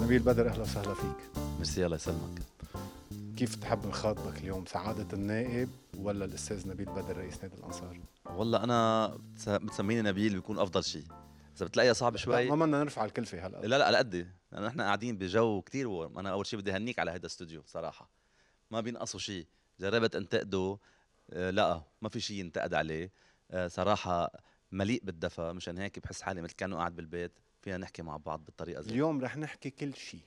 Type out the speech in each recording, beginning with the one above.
نبيل بدر، أهلا وسهلا فيك. ميرسي، الله يسلمك. كيف تحب نخاطبك اليوم، سعادة النائب ولا الأستاذ نبيل بدر رئيس نادي الأنصار؟ والله أنا بتسميني نبيل بيكون أفضل شيء. إذا بتلاقيها صعب لا، شوي. ما بدنا نرفع الكلفة هلا. لا على قدي، لأنه نحن قاعدين بجو كتير وورم. أنا أول شيء بدي أهنيك على هيدا الاستوديو صراحة، ما بينقصوا شيء. جربت أنتقده، لا ما في شيء ينتقد عليه. صراحة مليء بالدفى، مشان هيك بحس حالي مثل كأنه قاعد بالبيت، فينا نحكي مع بعض بالطريقة زي. اليوم رح نحكي كل شيء،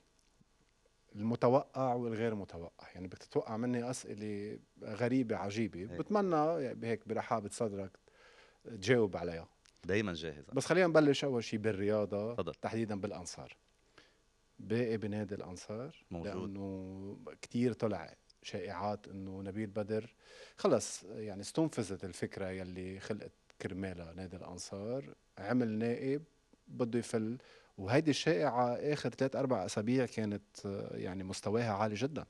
المتوقع والغير متوقع. يعني بدك تتوقع مني أسئلة غريبة عجيبة، بتمنى يعني بهيك برحابة صدرك تجاوب عليها. دايما جاهز. بس خلينا نبلش أول شيء بالرياضة. فضل. تحديدا بالأنصار. باقي بنادي الأنصار موجود. لأنه كتير طلع شائعات انه نبيل بدر خلص، يعني استنفذت الفكره يلي خلقت كرمالها نادي الانصار، عمل نائب بده يفل. وهيدي الشائعه اخر 3-4 اسابيع كانت يعني مستواها عالي جدا.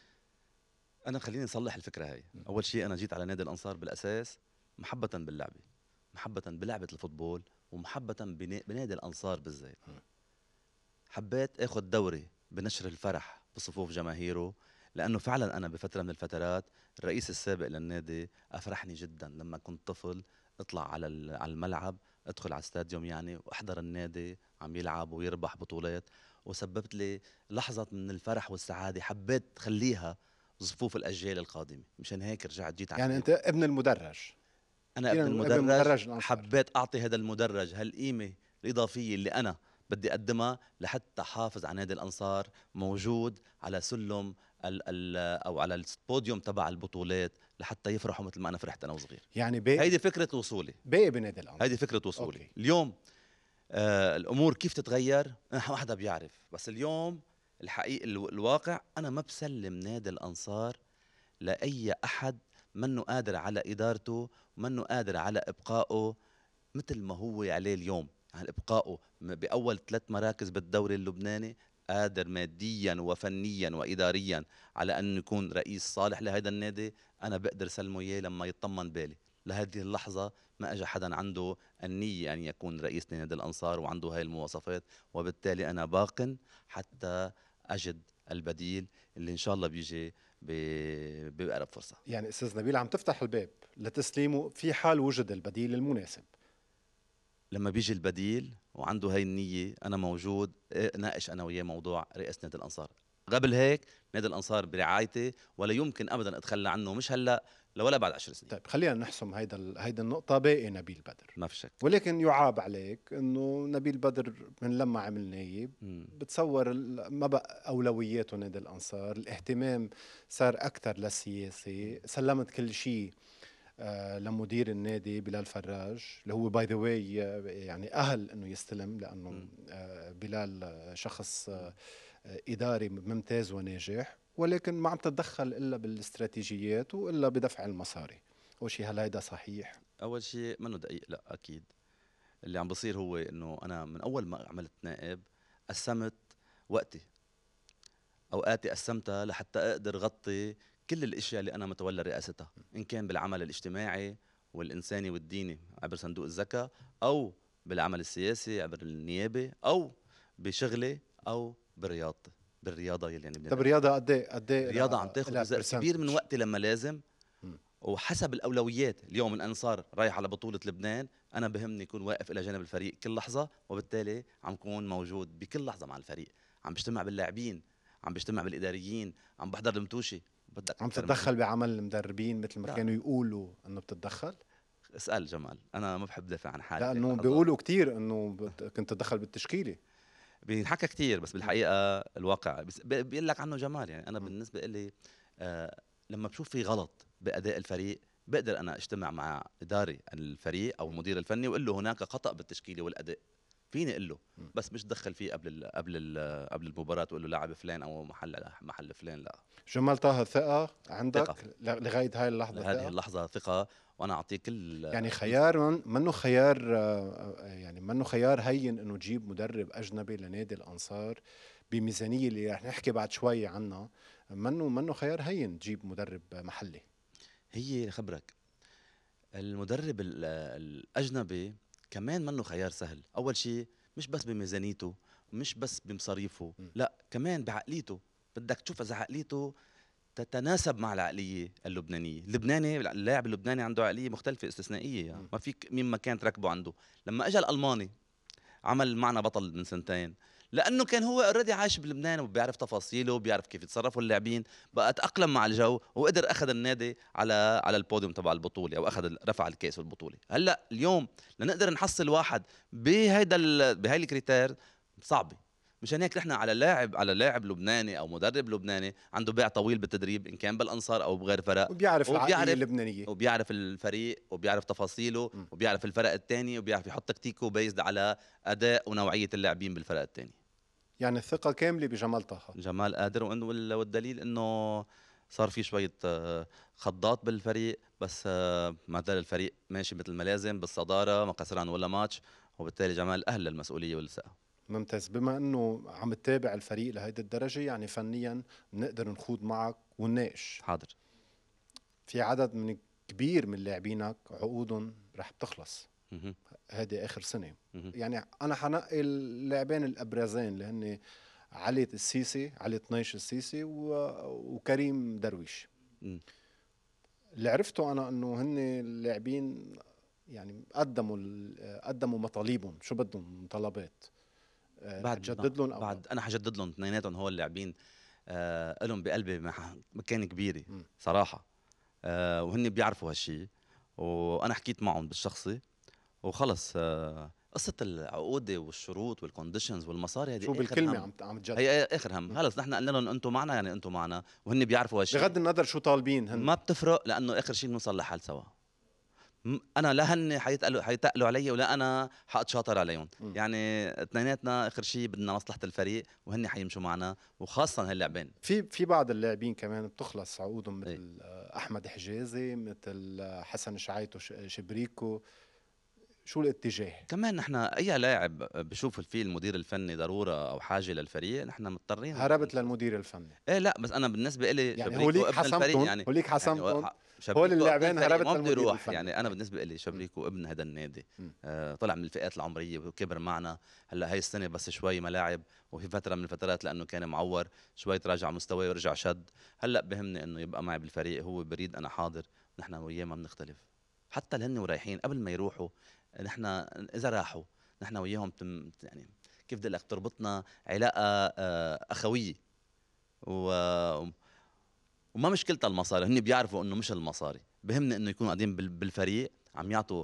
أنا خليني أصلح الفكرة هاي. أول شيء أنا جيت على نادي الأنصار بالأساس محبة باللعبة، محبة بلعبة الفوتبول، ومحبة بنادي الأنصار بالذات. حبيت اخذ دوري بنشر الفرح بصفوف جماهيره، لانه فعلا انا بفتره من الفترات الرئيس السابق للنادي افرحني جدا لما كنت طفل اطلع على الملعب، ادخل على الاستاديوم يعني واحضر النادي عم يلعب ويربح بطولات، وسببت لي لحظه من الفرح والسعاده حبيت خليها صفوف الاجيال القادمه. مشان هيك رجعت جيت على يعني النادي. انت ابن المدرج. انا ابن ابن المدرج. مدرج الانصار. حبيت اعطي هذا المدرج هالقيمه الاضافيه اللي انا بدي اقدمها لحتى حافظ على نادي الانصار موجود على سلم ال او على البوديوم تبع البطولات، لحتى يفرحوا مثل ما انا فرحت انا وصغير. يعني باقي هيدي فكره وصولي. باقي بنادي الانصار. هيدي فكره وصولي. أوكي. اليوم الامور كيف تتغير ما حدا بيعرف، بس اليوم الحقيقي الواقع انا ما بسلم نادي الانصار لاي احد منه قادر على ادارته ومنه قادر على ابقائه مثل ما هو عليه اليوم. يعني ابقائه باول 3 مراكز بالدوري اللبناني، قادر ماديا وفنيا واداريا على انه يكون رئيس صالح لهذا النادي. انا بقدر سلمه اياه لما يطمن بالي. لهذه اللحظه ما اجى حدا عنده النيه ان يكون رئيس نادي الانصار وعنده هاي المواصفات، وبالتالي انا باق حتى اجد البديل اللي ان شاء الله بيجي بأقرب فرصه. يعني استاذ نبيل عم تفتح الباب لتسليمه في حال وجد البديل المناسب. لما بيجي البديل وعنده هاي النية أنا موجود ناقش أنا وياه موضوع رئاسة نادي الأنصار. قبل هيك نادي الأنصار برعايتي ولا يمكن أبدا أتخلى عنه، مش هلأ ولا بعد 10 سنين. طيب خلينا نحسم هيدا النقطة. باقي نبيل بدر ما في شك. ولكن يعاب عليك انه نبيل بدر من لما عمل نايب بتصور ما بقى اولوياته نادي الانصار، الاهتمام صار اكثر للسياسي، سلمت كل شيء لمدير النادي بلال فراج اللي هو باي ذا واي يعني اهل انه يستلم، لانه بلال شخص اداري ممتاز وناجح، ولكن ما عم تتدخل الا بالاستراتيجيات والا بدفع المصاري. اول شيء هل هيدا صحيح؟ أول شيء منه دقيق، لا أكيد. اللي عم بصير هو إنه أنا من أول ما عملت نائب قسمت وقتي، أوقاتي قسمتها لحتى أقدر غطي كل الاشياء اللي انا متولى رئاستها، ان كان بالعمل الاجتماعي والانساني والديني عبر صندوق الزكاه، او بالعمل السياسي عبر النيابه، او بشغلي، او بالرياضه. يلي يعني طب الرياضة قد ايه الرياضه عم تاخذ جزء كبير من وقتي لما لازم. وحسب الاولويات، اليوم الانصار رايح على بطوله لبنان، انا بهمني يكون واقف الى جانب الفريق كل لحظه، وبالتالي عم كون موجود بكل لحظه مع الفريق، عم بجتمع باللاعبين، عم بجتمع بالاداريين، عم بحضر المتوشي. بدك عم تتدخل بعمل المدربين مثل ما كانوا يقولوا انه بتتدخل؟ اسال جمال، انا ما بحب دافع عن حالي. لانه بيقولوا كثير انه كنت تدخل بالتشكيله. بينحكى كثير، بس بالحقيقه الواقع بيقول لك عنه جمال. يعني انا بالنسبه لي لما بشوف في غلط باداء الفريق بقدر انا اجتمع مع اداري الفريق او المدير الفني واقول له هناك خطا بالتشكيله والاداء، فيني اقول له، بس مش دخل فيه قبل المباراه واقول له لاعب فلان او محل فلان. لا. جمال طاهر ثقه عندك؟ ثقة. لغايه هاي اللحظه لهذه ثقه؟ اللحظه ثقه، وانا اعطيه كل يعني خيار منه خيار يعني منه خيار هين انه تجيب مدرب اجنبي لنادي الانصار بميزانيه اللي رح نحكي بعد شوي عنها. منه خيار هين تجيب مدرب محلي. هي خبرك المدرب الأجنبي كمان منه خيار سهل. أول شيء مش بس بميزانيته مش بس بمصاريفه، لا كمان بعقليته. بدك تشوف اذا عقليته تتناسب مع العقليه اللبنانيه. اللاعب اللبناني عنده عقليه مختلفه استثنائيه، يعني ما فيك مين ما كان تركبه عنده. لما اجى الالماني عمل معنا بطل من سنتين، لانه كان هو اوريدي عايش بلبنان وبيعرف تفاصيله وبيعرف كيف يتصرفوا اللاعبين، بقى تاقلم مع الجو وقدر اخذ النادي على البوديوم تبع البطوله، او رفع الكاس والبطوله. هلا اليوم لنقدر نحصل واحد بهاي الكريتير صعبه. مشان هيك نحن على لاعب لبناني او مدرب لبناني عنده باع طويل بالتدريب، ان كان بالانصار او بغير فرق، وبيعرف العقليه اللبنانيه، وبيعرف الفريق وبيعرف تفاصيله وبيعرف الفرق الثاني وبيعرف يحط تكتيكه بيزد على اداء ونوعيه اللاعبين بالفرق الثاني. يعني الثقه كامله بجمال طه. جمال قادر، والدليل انه صار في شويه خضات بالفريق، بس ما زال الفريق ماشي مثل ما لازم بالصداره، ما خسران ولا ماتش، وبالتالي جمال اهل للمسؤوليه والثقه. ممتاز. بما انه عم تتابع الفريق لهيدي الدرجه، يعني فنيا بنقدر نخوض معك ونناقش. حاضر. في عدد كبير من لاعبينك عقودهم رح بتخلص هذه اخر سنه. يعني انا حنقي اللاعبين الابرزين اللي هن علي السيسي، علي طنيش السيسي وكريم درويش. اللي عرفته انا انه هن اللاعبين يعني قدموا مطالبهم، شو بدهم طلبات. حتجدد لهم بعد انا حجدد لهم اثنيناتهم. هو اللاعبين لهم بقلبي مكان كبيره صراحه، وهن بيعرفوا هالشيء، وانا حكيت معهم بالشخصي وخلص. قصه العقود والشروط والكونديشنز والمصاري هذه شو بالكلمه عم تجدد، هي اخر هم. خلص نحن قلنا لهم انتم معنا، يعني انتم معنا، وهن بيعرفوا هالشيء بغض النظر شو طالبين. هن ما بتفرق، لانه اخر شيء بنوصل لحل سوا. انا لا هن حيتقلوا علي ولا انا حاتشاطر عليهم. يعني اثنيناتنا اخر شيء بدنا مصلحه الفريق، وهن حيمشوا معنا، وخاصه هاللاعبين. في بعض اللاعبين كمان بتخلص عقودهم، مثل احمد حجازي، مثل حسن شعيتو شبريكو. شو الاتجاه؟ كمان نحن اي لاعب بشوف فيه المدير الفني ضروره او حاجه للفريق، نحن مضطرين. هربت للمدير الفني؟ ايه لا، بس انا بالنسبه لي يعني شبريكو ابن الفريق، يعني هوليك حسمتهم، يعني هول شبريكو ابن اللاعبين الفريق هربت ما بده للمدير يروح. الفني. يعني انا بالنسبه لي شبريكو ابن هذا النادي، طلع من الفئات العمريه وكبر معنا. هلا هاي السنه بس شوي ملاعب، وفي فتره من الفترات لانه كان معور شوي تراجع مستواه ورجع شد. هلا بهمني انه يبقى معي بالفريق، هو بريد انا حاضر. نحن وياه ما بنختلف، حتى اللي ورايحين قبل ما يروحوا. نحن اذا راحوا نحن وياهم يعني كيف بدي لك تربطنا علاقه اخويه، وما مشكلتها المصاري. هن بيعرفوا انه مش المصاري، بهمني انه يكونوا قاعدين بالفريق عم يعطوا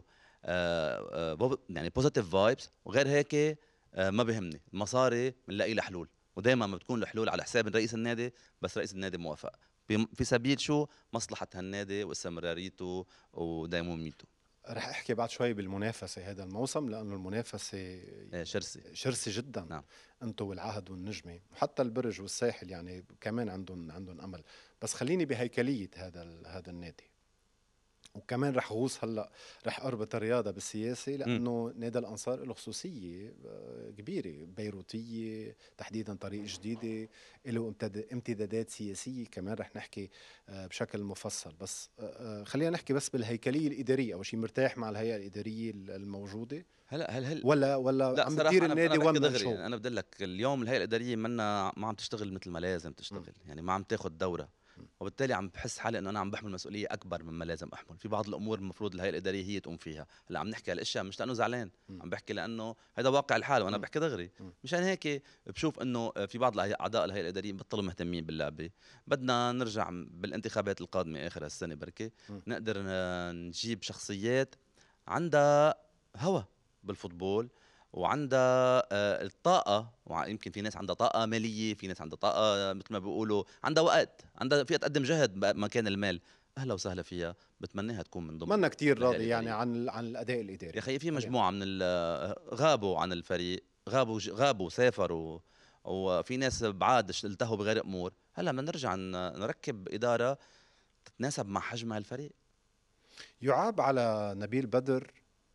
يعني بوزيتيف فايبس، وغير هيك ما بهمني المصاري، بنلاقي لها حلول. ودائما ما بتكون الحلول على حساب رئيس النادي، بس رئيس النادي موافق في سبيل شو مصلحه هالنادي واستمراريته وديموميته. رح احكي بعد شوي بالمنافسه هذا الموسم، لانه المنافسه شرسه جدا. نعم. انتم والعهد والنجمه، وحتى البرج والساحل يعني كمان عندهم امل. بس خليني بهيكليه هذا النادي. وكمان رح غوص هلا، رح اربط الرياضه بالسياسه، لانه نادي الانصار له خصوصيه كبيره بيروتيه، تحديدا طريق جديده، له امتدادات سياسيه كمان رح نحكي بشكل مفصل. بس خلينا نحكي بس بالهيكليه الاداريه. اول شيء مرتاح مع الهيئه الاداريه الموجوده؟ هل ولا عم بتدير النادي أنا ومن دغري. شو؟ يعني انا بدي لك اليوم الهيئه الاداريه ما عم تشتغل مثل ما لازم تشتغل. يعني ما عم تاخذ دوره، وبالتالي عم بحس حالي انه انا عم بحمل مسؤوليه اكبر مما لازم احمل. في بعض الامور المفروض الهيئه الاداريه هي تقوم فيها. هلا عم نحكي هالاشياء مش لانه زعلان، عم بحكي لانه هذا واقع الحال، وانا بحكي دغري. مشان هيك بشوف انه في بعض اعضاء الهيئه الاداريه بطلوا مهتمين باللعبه. بدنا نرجع بالانتخابات القادمه اخر هالسنه بركي نقدر نجيب شخصيات عندها هوى بالفوتبول، وعندها الطاقة. ويمكن في ناس عندها طاقة مالية، في ناس عندها طاقة مثل ما بيقولوا عندها وقت، عندها فيها تقدم جهد مكان المال. أهلا وسهلا فيها، بتمناها تكون من ضمن. منا كتير راضي يعني عن الأداء الإداري. يا أخي في مجموعة من غابوا عن الفريق، غابوا سافروا، وفي ناس بعاد التهوا بغير أمور. هلا بدنا نرجع نركب إدارة تتناسب مع حجم هالفريق. يعاب على نبيل بدر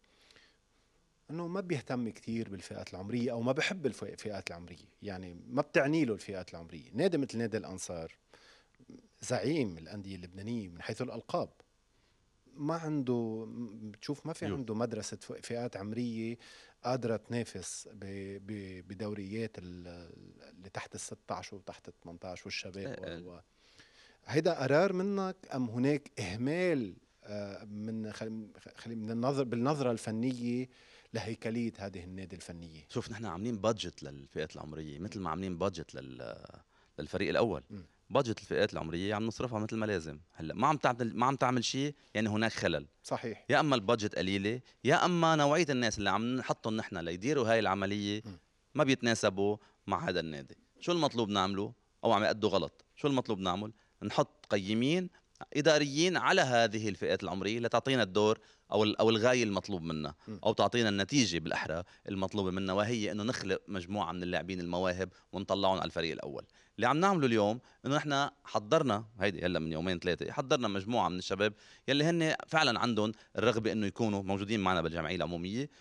انه ما بيهتم كتير بالفئات العمريه، او ما بحب الفئات العمريه، يعني ما بتعني له الفئات العمريه. نادي مثل نادي الانصار زعيم الانديه اللبنانيه من حيث الالقاب، ما عنده، بتشوف ما في يوث. عنده مدرسة فئات عمرية قادرة تنافس بدوريات اللي تحت ال 16 وتحت ال 18 والشباب هيدا قرار منك أم هناك إهمال من من النظر بالنظرة الفنية لهيكلية هذه النادي الفنية؟ شوف، نحن عاملين بادجت للفئات العمرية مثل ما عاملين بادجت للفريق الأول. بادجت الفئات العمرية عم نصرفها مثل ما لازم. هلا ما عم تعمل شيء، يعني هناك خلل. صحيح. يا اما البادجت قليله، يا اما نوعيه الناس اللي عم نحطهم نحن ليديروا هاي العمليه ما بيتناسبوا مع هذا النادي. شو المطلوب نعمله؟ او عم يأدوا غلط. شو المطلوب نعمل؟ نحط قيمين اداريين على هذه الفئات العمريه لتعطينا الدور او الغايه المطلوب منا، او تعطينا النتيجه بالاحرى المطلوبه منا، وهي انه نخلق مجموعه من اللاعبين المواهب ونطلعهم على الفريق الاول. اللي عم نعمله اليوم انه نحن حضرنا هيدي هلا من يومين ثلاثه، حضرنا مجموعه من الشباب يلي هن فعلا عندهم الرغبه انه يكونوا موجودين معنا بالجمعيه العموميه،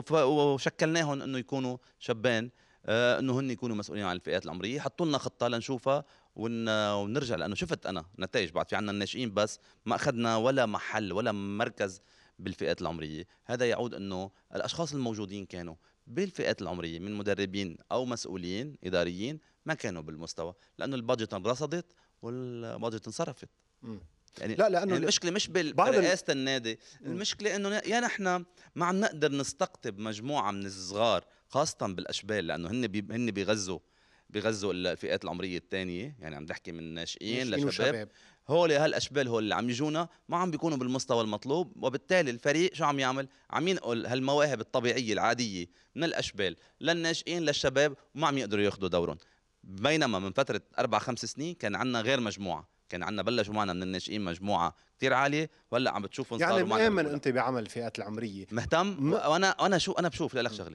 وشكلناهم انه يكونوا شابين، انه هن يكونوا مسؤولين عن الفئات العمريه. حطوا لنا خطه لنشوفها ونرجع، لانه شفت انا نتائج بعد في عنا الناشئين بس ما اخذنا ولا محل ولا مركز بالفئات العمريه. هذا يعود انه الاشخاص الموجودين كانوا بالفئات العمريه من مدربين او مسؤولين اداريين ما كانوا بالمستوى، لانه البادجت انرصدت والبادجت انصرفت. يعني لا، لانه يعني المشكله مش برئاسه النادي، المشكله انه يا نحن ما عم نقدر نستقطب مجموعه من الصغار خاصه بالاشبال، لانه هن بيغذوا الفئات العمريه الثانيه. يعني عم نحكي من ناشئين لشباب. هول هالاشبال هول اللي عم يجونا ما عم بيكونوا بالمستوى المطلوب، وبالتالي الفريق شو عم يعمل؟ عم ينقل هالمواهب الطبيعيه العاديه من الاشبال للناشئين للشباب، وما عم يقدروا ياخذوا دورهم. بينما من فتره 4-5 سنين كان عندنا غير مجموعه، كان عندنا بلشوا معنا من الناشئين مجموعه كتير عاليه، وهلا عم بتشوفهم يعني صاروا معنا. مآمن انت بعمل الفئات العمريه؟ مهتم. وانا بشوف لك شغله.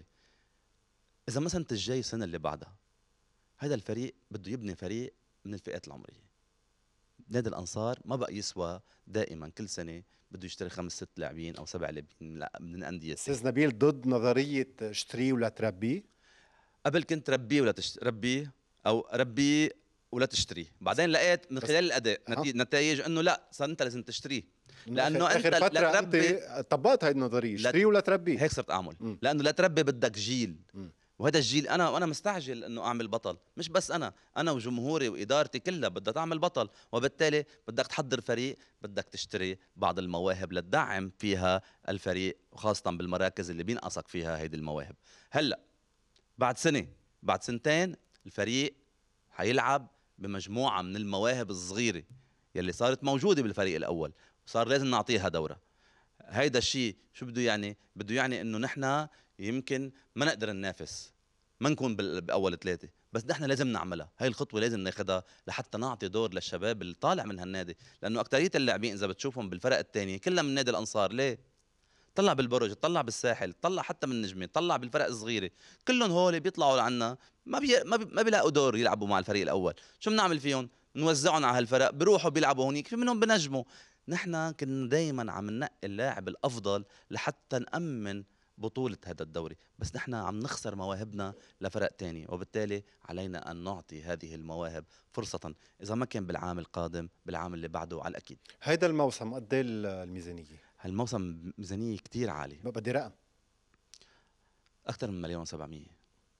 اذا مثلا انت الجاي السنه اللي بعدها هذا الفريق بده يبني فريق من الفئات العمريه، نادي الانصار ما بقى يسوى دائما كل سنه بده يشتري 5-6 لاعبين او 7 لاعبين من الانديه. استاذ نبيل ضد نظريه اشتريه ولا تربيه؟ قبل كنت ربيه ولا ربيه او ربيه ولا تشتريه، بعدين لقيت من خلال الاداء نتائج انه لا، صار انت لازم تشتريه، لانه انت لتربي. طبقت هاي النظريه، اشتريه ولا تربيه. هيك صرت اعمل. لانه لتربي بدك جيل. وهذا الجيل انا مستعجل انه اعمل بطل. مش بس انا وجمهوري وادارتي كلها بدها تعمل بطل، وبالتالي بدك تحضر فريق، بدك تشتري بعض المواهب لتدعم فيها الفريق، وخاصه بالمراكز اللي بينقصك فيها هيدي المواهب. هلا بعد سنه بعد سنتين الفريق حيلعب بمجموعه من المواهب الصغيره يلي صارت موجوده بالفريق الاول، وصار لازم نعطيها دوره. هيدا الشيء شو بده يعني؟ بده يعني انه نحن يمكن ما نقدر ننافس، ما نكون باول ثلاثه، بس نحن لازم نعملها. هاي الخطوه لازم ناخذها لحتى نعطي دور للشباب اللي طالع من هالنادي، لانه اكثريه اللاعبين اذا بتشوفهم بالفرق الثانيه كلها من نادي الانصار. ليه؟ طلع بالبرج، طلع بالساحل، طلع حتى من نجمه، طلع بالفرق الصغيره، كلهم هول بيطلعوا لعنا ما بيلاقوا دور يلعبوا مع الفريق الاول. شو بنعمل فيهم؟ نوزعهم على هالفرق، بيروحوا بيلعبوا هونيك، في منهم بنجموا. نحن كنا دائما عم ننقي اللاعب الافضل لحتى نامن بطولة هذا الدوري، بس نحن عم نخسر مواهبنا لفرق تاني، وبالتالي علينا أن نعطي هذه المواهب فرصة، إذا ما كان بالعام القادم بالعام اللي بعده على الأكيد. هيدا الموسم قد ايه الميزانية؟ هالموسم ميزانية كتير عالية. بدي رقم. أكثر من 1,700,000.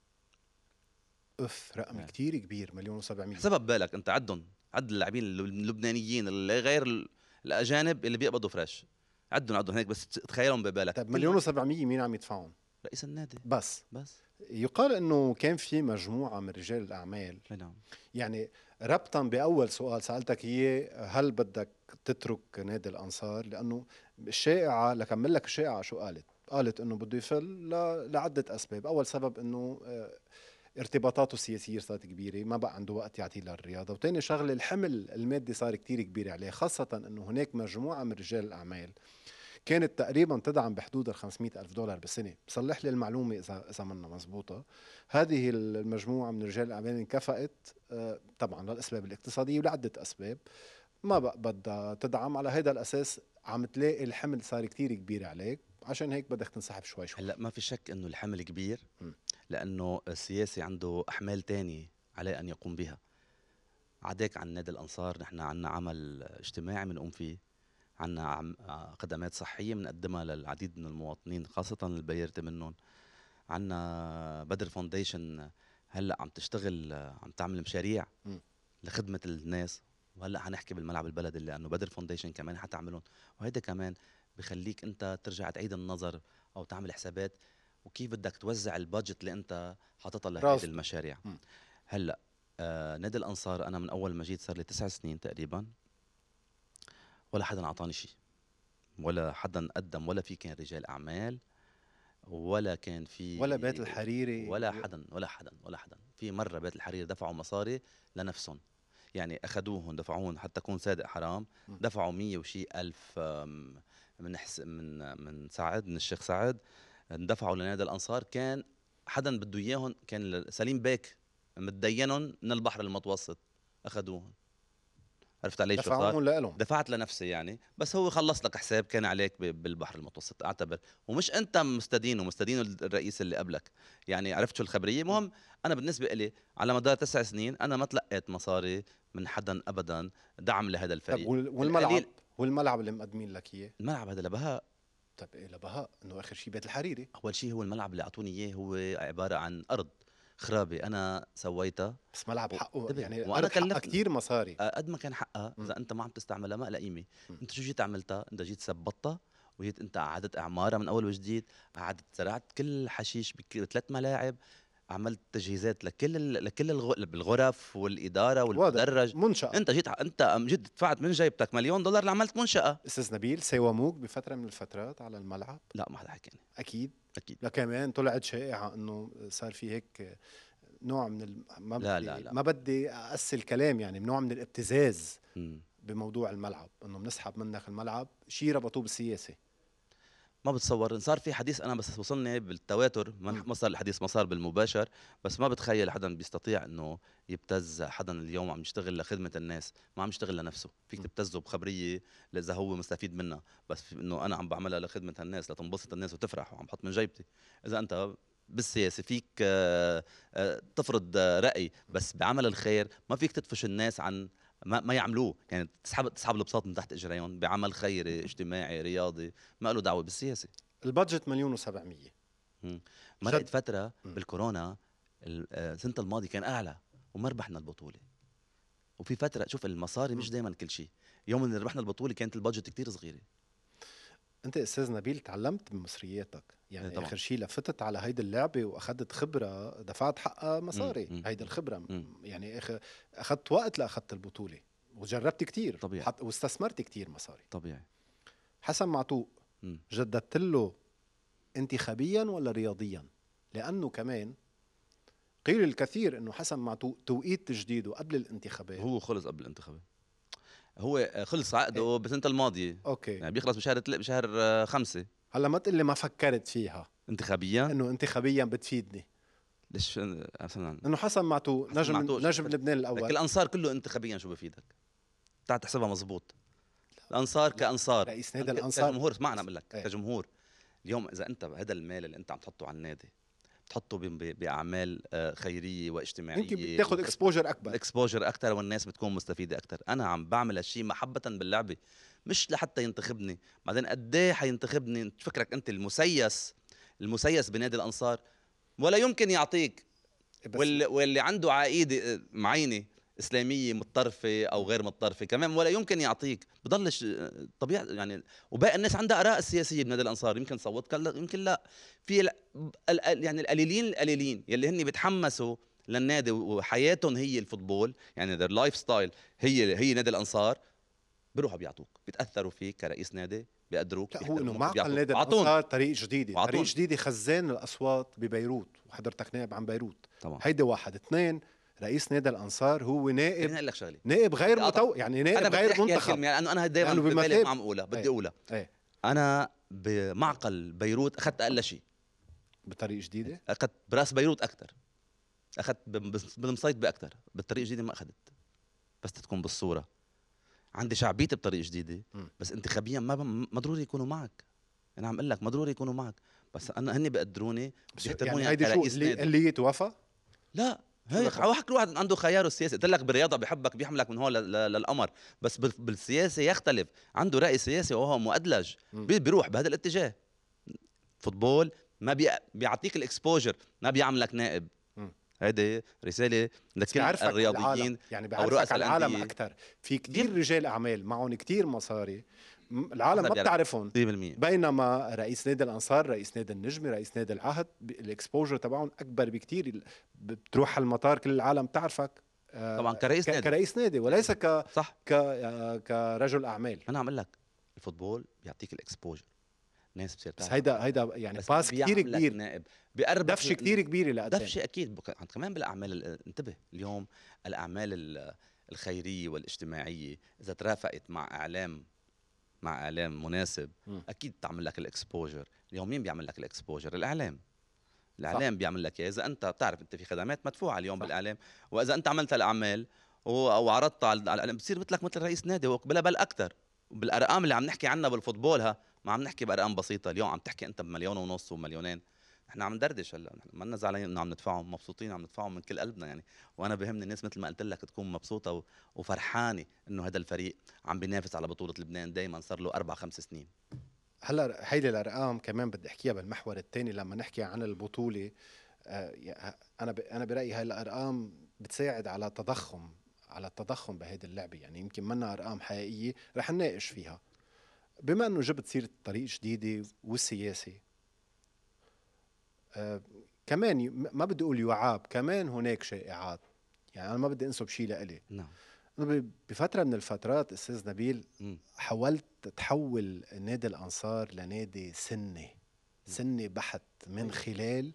اف، رقم كتير كبير. 1,700,000. حسب بالك أنت عد اللاعبين اللبنانيين اللي غير الأجانب اللي بيقبضوا فريش، عدهم هيك بس تخيلهم ببالك. طيب 1,700,000 مين عم يدفعهم؟ رئيس النادي بس. يقال انه كان في مجموعه من رجال الاعمال. نعم. يعني ربطا باول سؤال سالتك اياه، هل بدك تترك نادي الانصار؟ لانه الشائعه، لكمل لك الشائعه شو قالت انه بده يفل لعده اسباب. اول سبب انه ارتباطاته السياسيه صارت كبيره، ما بقى عنده وقت يعطيه للرياضه، وتاني شغله الحمل المادي صار كتير كبير عليه، خاصه انه هناك مجموعه من رجال الاعمال كانت تقريبا تدعم بحدود $500,000 بالسنة. بصلح لي المعلومة إذا منا مزبوطة. هذه المجموعة من رجال الأعمال انكفأت طبعا للأسباب الاقتصادية ولعدة أسباب، ما بقى بدها تدعم. على هذا الأساس عم تلاقي الحمل صار كتير كبير عليك، عشان هيك بدك تنسحب شوي. هلا ما في شك إنه الحمل كبير، لأنه السياسي عنده أحمال تانية عليه أن يقوم بها. عداك عن نادي الأنصار، نحن عنا عمل اجتماعي بنقوم فيه، عنا خدمات صحيه بنقدمها للعديد من المواطنين خاصه البيرتي منهم. عنا بدر فاونديشن هلا عم تشتغل، عم تعمل مشاريع لخدمه الناس، وهلا حنحكي بالملعب البلدي لانه بدر فاونديشن كمان حتعملهم، وهيدا كمان بخليك انت ترجع تعيد النظر او تعمل حسابات وكيف بدك توزع البادجت اللي انت حاططها لهيدي المشاريع. هلا نادي الانصار انا من اول ما جيت صار لي 9 سنين تقريبا، ولا حدا اعطاني شيء، ولا حدا قدم، ولا في كان رجال اعمال، ولا كان في ولا بيت الحريري، ولا حدا. في مره بيت الحريري دفعوا مصاري لنفسهم، يعني اخذوهم دفعوهم، حتى اكون صادق حرام، دفعوا 100 وشي الف من سعد، من الشيخ سعد، دفعوا لنادي الانصار. كان حدا بده اياهم، كان سليم بيك متدينهم من البحر المتوسط، اخذوهم. عرفت علي شو صار؟ دفعت لنفسي يعني، بس هو خلص لك حساب كان عليك بالبحر المتوسط اعتبر، ومش انت مستدين ومستدين الرئيس اللي قبلك. يعني عرفت شو الخبريه؟ المهم انا بالنسبه لي على مدار 9 سنين انا ما تلقيت مصاري من حدا ابدا دعم لهذا الفريق. طب والملعب اللي مقدمين لك اياه؟ الملعب هذا لبهاء. طب ايه لبهاء؟ انه اخر شيء بيت الحريري. اول شيء هو الملعب اللي اعطوني اياه هو عباره عن ارض خرابه انا سويتها، بس ملعب حقه يعني وانا حقها كثير مصاري. قد ما كان حقها اذا انت ما عم تستعملها ما لها قيمه. انت شو جيت عملتها؟ انت جيت ثبطتها، وجيت انت اعادت اعمارها من اول وجديد، اعادت زرعت كل حشيش ب3 ملاعب، عملت تجهيزات لكل الغرف والاداره والمدرج. منشأة. انت جيت دفعت من جيبتك $1,000,000 لعملت منشأة. استاذ نبيل، ساوموك بفتره من الفترات على الملعب؟ لا ما حدا حكيني. اكيد. لا كمان طلعت شائعه انه صار في هيك نوع من لا. ما بدي اقسي الكلام، يعني نوع من الابتزاز بموضوع الملعب، انه بنسحب منك الملعب، شيء ربطوه بالسياسه. ما بتصور صار في حديث، انا بس وصلني بالتواتر، ما صار الحديث، ما صار بالمباشر، بس ما بتخيل حدا بيستطيع انه يبتز حدا اليوم عم يشتغل لخدمه الناس، ما عم يشتغل لنفسه. فيك تبتزه بخبريه اذا هو مستفيد منها، بس انه انا عم بعملها لخدمه الناس، لتنبسط الناس وتفرح، وعم بحط من جيبتي. اذا انت بالسياسه فيك تفرض راي، بس بعمل الخير ما فيك تدفش الناس عن ما يعملوه. يعني تسحب البساط من تحت اجريهم بعمل خيري اجتماعي رياضي ما له دعوه بالسياسه. البادجت 1,700,000. مرقت فتره بالكورونا السنه الماضيه كان اعلى وما ربحنا البطوله. وفي فتره شوف المصاري مش دائما كل شيء، يوم اللي ربحنا البطوله كانت البادجت كتير صغيره. انت استاذ نبيل تعلمت من مصرياتك، يعني طبعا. اخر شيء لفتت على هيدي اللعبه واخذت خبره، دفعت حقها مصاري. هيدي الخبره يعني اخذت وقت لاخذت البطوله، وجربت كتير طبيعي، واستثمرت كتير مصاري. طبيعي. حسن معتوق جددت له انتخابيا ولا رياضيا؟ لانه كمان قيل الكثير انه حسن معتوق توقيت تجديده قبل الانتخابات. هو خلص قبل الانتخابات، هو خلص عقده بسنة الماضية. اوكي، يعني بيخلص بشهر 5. هلا ما تقول لي ما فكرت فيها انتخابيا، انه انتخابيا بتفيدني. ليش؟ انه حسن معتوق نجم لبنان الاول. لكن الانصار كله انتخابيا شو بفيدك؟ تعال تحسبها مزبوط. الانصار كانصار، رئيس نادي الانصار كجمهور، اسمعنا اقول لك كجمهور اليوم اذا انت هذا المال اللي انت عم تحطه على النادي بتحطه باعمال خيريه واجتماعيه، يمكن بتاخذ اكسبوجر اكثر والناس بتكون مستفيده اكثر. انا عم بعمل هالشيء محبه باللعبه، مش لحتى ينتخبني. بعدين قد ايه حينتخبني؟ فكرك انت المسيس بنادي الانصار ولا يمكن يعطيك، واللي عنده عقيده معينه اسلاميه متطرفه او غير متطرفه كمان ولا يمكن يعطيك. بضلش طبيعي يعني. وباقي الناس عندها اراء سياسيه بنادي الانصار، يمكن صوت يمكن لا. في يعني القليلين يلي هن بيتحمسوا للنادي وحياتهم هي الفوتبول، يعني ذا لايف ستايل هي نادي الانصار، بيروحوا بيعطوك، بيتاثروا فيك كرئيس نادي، بيقدروك. لا هو انه معقل نادي الانصار طريق جديده خزان الاصوات ببيروت، وحضرتك نائب عن بيروت طبعا. هيدي واحد. اثنين، رئيس نادي الانصار هو نائب، اقول لك شغله، نائب غير يعني نائب غير منتخب. يعني انا دائما ببالي ما عم اقولها، بدي اقولها. انا بمعقل بيروت اخذت اقل شيء بطريق جديده، اخذت براس بيروت اكثر، اخذت بالمصيد باكثر. بالطريق جديده ما اخذت، بس تكون بالصوره. عندي شعبيتي بطريق جديده، بس انتخابيا ما ضروري يكونوا معك. انا عم اقول لك ما ضروري يكونوا معك، بس انا هني بقدروني، بيحترموني يعني هيدي شو اللي يتوافى. لا هيك كل واحد عنده خياره السياسي. قلت لك بالرياضه بحبك بيحملك من هون للقمر، بس بالسياسه يختلف، عنده راي سياسي وهو مؤدلج بيروح بهذا الاتجاه. فوتبول ما بيعطيك الاكسبوجر، ما بيعملك نائب. هيدي رساله لكل الرياضيين يعني او رؤساء على العالم الانديه. اكثر، في كثير رجال اعمال معهم كثير مصاري العالم ما بتعرفهم، بينما رئيس نادي الانصار، رئيس نادي النجمه، رئيس نادي العهد، الاكسبوجر تبعهم اكبر بكثير. بتروح على المطار كل العالم بتعرفك طبعا كرئيس نادي، كرئيس نادي وليس صح كرجل اعمال. انا عم اقول لك الفوتبول بيعطيك الاكسبوجر، ناس بتصير بس هيدا يعني باس كثير كبير، نائب بيقرب دفشه كثير كبيره لقدام، دفشه اكيد. كمان بالاعمال، انتبه اليوم الاعمال الخيريه والاجتماعيه اذا ترافقت مع اعلام مناسب اكيد تعمل لك الاكسبوجر. اليوم مين بيعمل لك الاكسبوجر؟ الاعلام بيعمل لك اذا انت بتعرف انت في خدمات مدفوعه اليوم بالاعلام، واذا انت عملت الاعمال او عرضتها على الاعلام بتصير مثل رئيس نادي بل اكثر. بالارقام اللي عم نحكي عنها بالفوتبول ما عم نحكي بارقام بسيطه. اليوم عم تحكي انت بمليون ونص ومليونين. نحن عم ندردش هلا، ما لنا زعلانين انه عم ندفعهم، مبسوطين عم ندفعهم من كل قلبنا يعني. وانا بهمني الناس مثل ما قلت لك تكون مبسوطه وفرحانه انه هذا الفريق عم بينافس على بطوله لبنان دائما صار له 4-5 سنين. هلا هيدي الارقام كمان بدي احكيها بالمحور الثاني لما نحكي عن البطوله. انا برايي هاي الارقام بتساعد على التضخم بهيدي اللعبه، يعني يمكن منا ارقام حقيقيه رح نناقش فيها. بما انه جبت سيره طريق جديده والسياسي، كمان ما بدي اقول يعاب، كمان هناك شائعات، يعني انا ما بدي انسب شيء لإلي. نعم. بفتره من الفترات استاذ نبيل حاولت تحول نادي الانصار لنادي سني بحت من خلال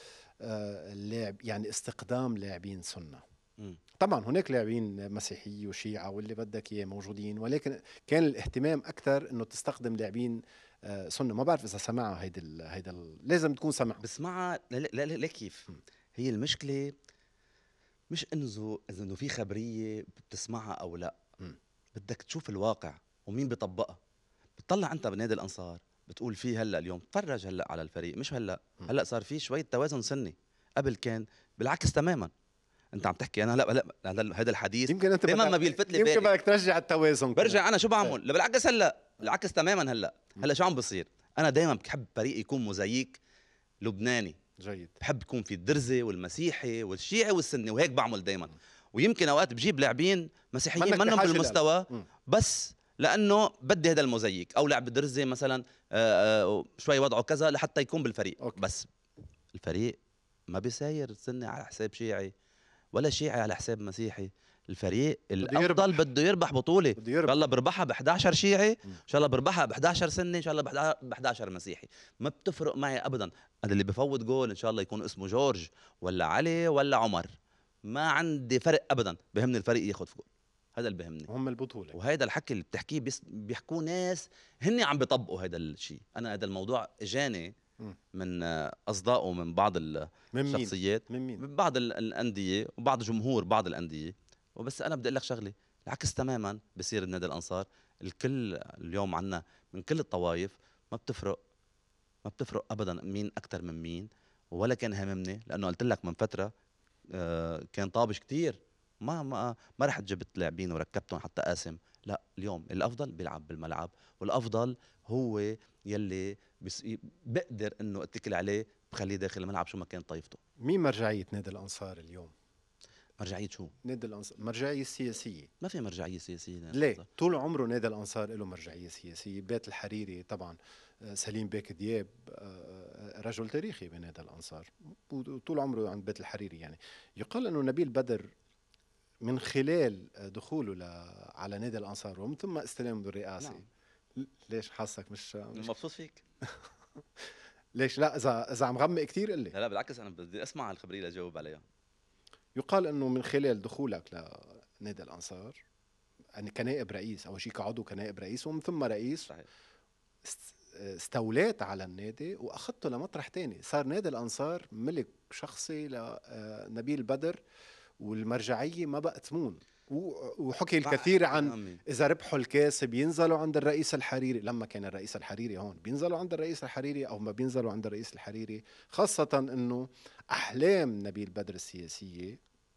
اللعب، يعني استقدام لاعبين سنه. طبعا هناك لاعبين مسيحية وشيعة واللي بدك اياه موجودين، ولكن كان الاهتمام اكثر انه تستخدم لاعبين سنة. ما بعرف اذا سمعها هيدا لازم تكون سمع. بسمعها. لا كيف هي المشكلة؟ مش انه في خبرية بتسمعها او لا، بدك تشوف الواقع ومين بيطبقها. بتطلع انت بنادي الانصار بتقول فيه هلا اليوم تفرج هلا على الفريق، مش هلا صار في شوية توازن سني. قبل كان بالعكس تماما. انت عم تحكي انا لا هذا الحديث يمكن انت دائما ما بيلفت لي بالي، يمكن بدك ترجع التوازن. برجع انا شو بعمل؟ لا بالعكس العكس تماما. هلا شو عم بصير؟ انا دائما بحب فريق يكون موزاييك لبناني جيد، بحب يكون في الدرزي والمسيحي والشيعي والسني، وهيك بعمل دايما. ويمكن اوقات بجيب لاعبين مسيحيين منهم بالمستوى بس لانه بدي هذا الموزاييك، او لاعب درزي مثلا شوي وضعه كذا لحتى يكون بالفريق. أوكي. بس الفريق ما بيساير سني على حساب شيعي ولا شيعي على حساب مسيحي. الفريق الافضل بده يربح بطوله، ان شاء الله بربحها ب 11 شيعي، ان شاء الله بربحها ب 11 سني، ان شاء الله ب 11 مسيحي. ما بتفرق معي ابدا. انا اللي بفوت جول ان شاء الله يكون اسمه جورج ولا علي ولا عمر، ما عندي فرق ابدا. بهمني الفريق ياخذ جول، هذا اللي بهمني، هم البطوله. وهذا الحكي اللي بتحكيه بيحكوا ناس هن عم بيطبقوا هذا الشيء. انا هذا الموضوع اجاني من اصدقاء ومن بعض الشخصيات من بعض الانديه وبعض جمهور بعض الانديه. وبس انا بدي اقول لك شغله، العكس تماما بصير بنادي الانصار. الكل اليوم عنا من كل الطوائف، ما بتفرق ابدا مين اكثر من مين، ولا كان هاممني. لانه قلت لك من فتره كان طابش كتير، ما رحت جبت لاعبين وركبتهم حتى قاسم. لا، اليوم الافضل بيلعب بالملعب، والافضل هو يلي بقدر انه اتكل عليه بخليه داخل الملعب شو ما كان طايفته. مين مرجعيه نادي الانصار اليوم؟ مرجعيه شو؟ نادي الانصار مرجعيه سياسيه. ما في مرجعيه سياسيه. ليه؟ طول عمره نادي الانصار له مرجعيه سياسيه. بيت الحريري طبعا، سليم بيك دياب رجل تاريخي بنادي الانصار، وطول عمره عند بيت الحريري. يعني يقال انه نبيل بدر من خلال دخوله على نادي الانصار ومن ثم استلامه الرئاسي. نعم. ليش حاسك مش مبسوط فيك؟ ليش لا؟ اذا عم غمق كثير قل لي. لا بالعكس، انا بدي اسمع الخبريه لاجاوب عليها. يقال انه من خلال دخولك لنادي الانصار، يعني كنائب رئيس، اول شيء كعضو كنائب رئيس ومن ثم رئيس، صحيح، استوليت على النادي واخذته لمطرح تاني. صار نادي الانصار ملك شخصي لنبيل بدر، والمرجعيه ما بقى تمون. وحكي الكثير عن اذا ربحوا الكاس بينزلوا عند الرئيس الحريري. لما كان الرئيس الحريري هون بينزلوا عند الرئيس الحريري او ما بينزلوا عند الرئيس الحريري، خاصه انه احلام نبيل بدر السياسيه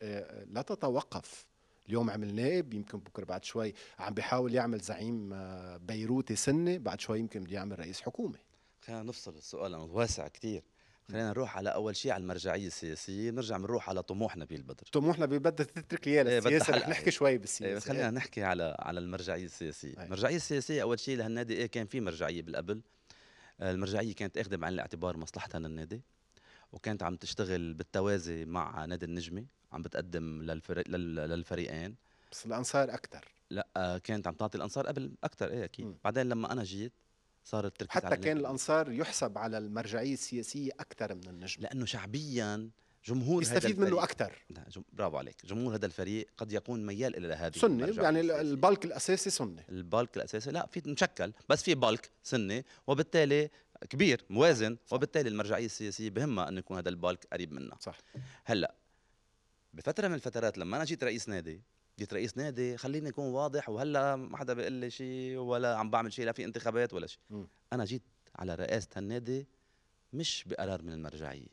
لا تتوقف. اليوم عمل نائب، يمكن بكره بعد شوي عم بيحاول يعمل زعيم بيروتي سنة، بعد شوي يمكن بده يعمل رئيس حكومة. خلينا نفصل السؤال لأنه واسع كتير. خلينا نروح على أول شيء على المرجعية السياسية، نرجع بنروح على طموح نبيل بدر. طموحنا بدها تترك لي ايه بدها للسياسة، رح حلقة نحكي هي. شوي ايه بالسياسة. خلينا نحكي على المرجعية السياسية. أي. المرجعية السياسية أول شيء لهالنادي إيه كان في مرجعية بالقبل. المرجعية كانت أخذة بعين الاعتبار مصلحتها للنادي، وكانت عم تشتغل بالتوازي مع نادي النجمة، عم بتقدم للفريقين. بس الأنصار أكثر. لا كانت عم تعطي الأنصار قبل أكثر، إيه أكيد. بعدين لما أنا جيت صار التركيز حتى كان الأنصار يحسب على المرجعية السياسية أكثر من النجم، لأنه شعبيا جمهور يستفيد منه أكثر. برافو عليك. جمهور هذا الفريق قد يكون ميال إلى هذه سنة، يعني البالك الأساسي سنة. البالك الأساسي لا في مشكل، بس في بالك سنة وبالتالي كبير موازن. صح. وبالتالي المرجعية السياسية بهمها أن يكون هذا البالك قريب منا. صح. هلأ بفترة من الفترات لما أنا جيت رئيس نادي خليني أكون واضح، وهلا ما حدا بيقول لي شيء ولا عم بعمل شيء، لا في انتخابات ولا شيء. أنا جيت على رئاسة النادي مش بقرار من المرجعية.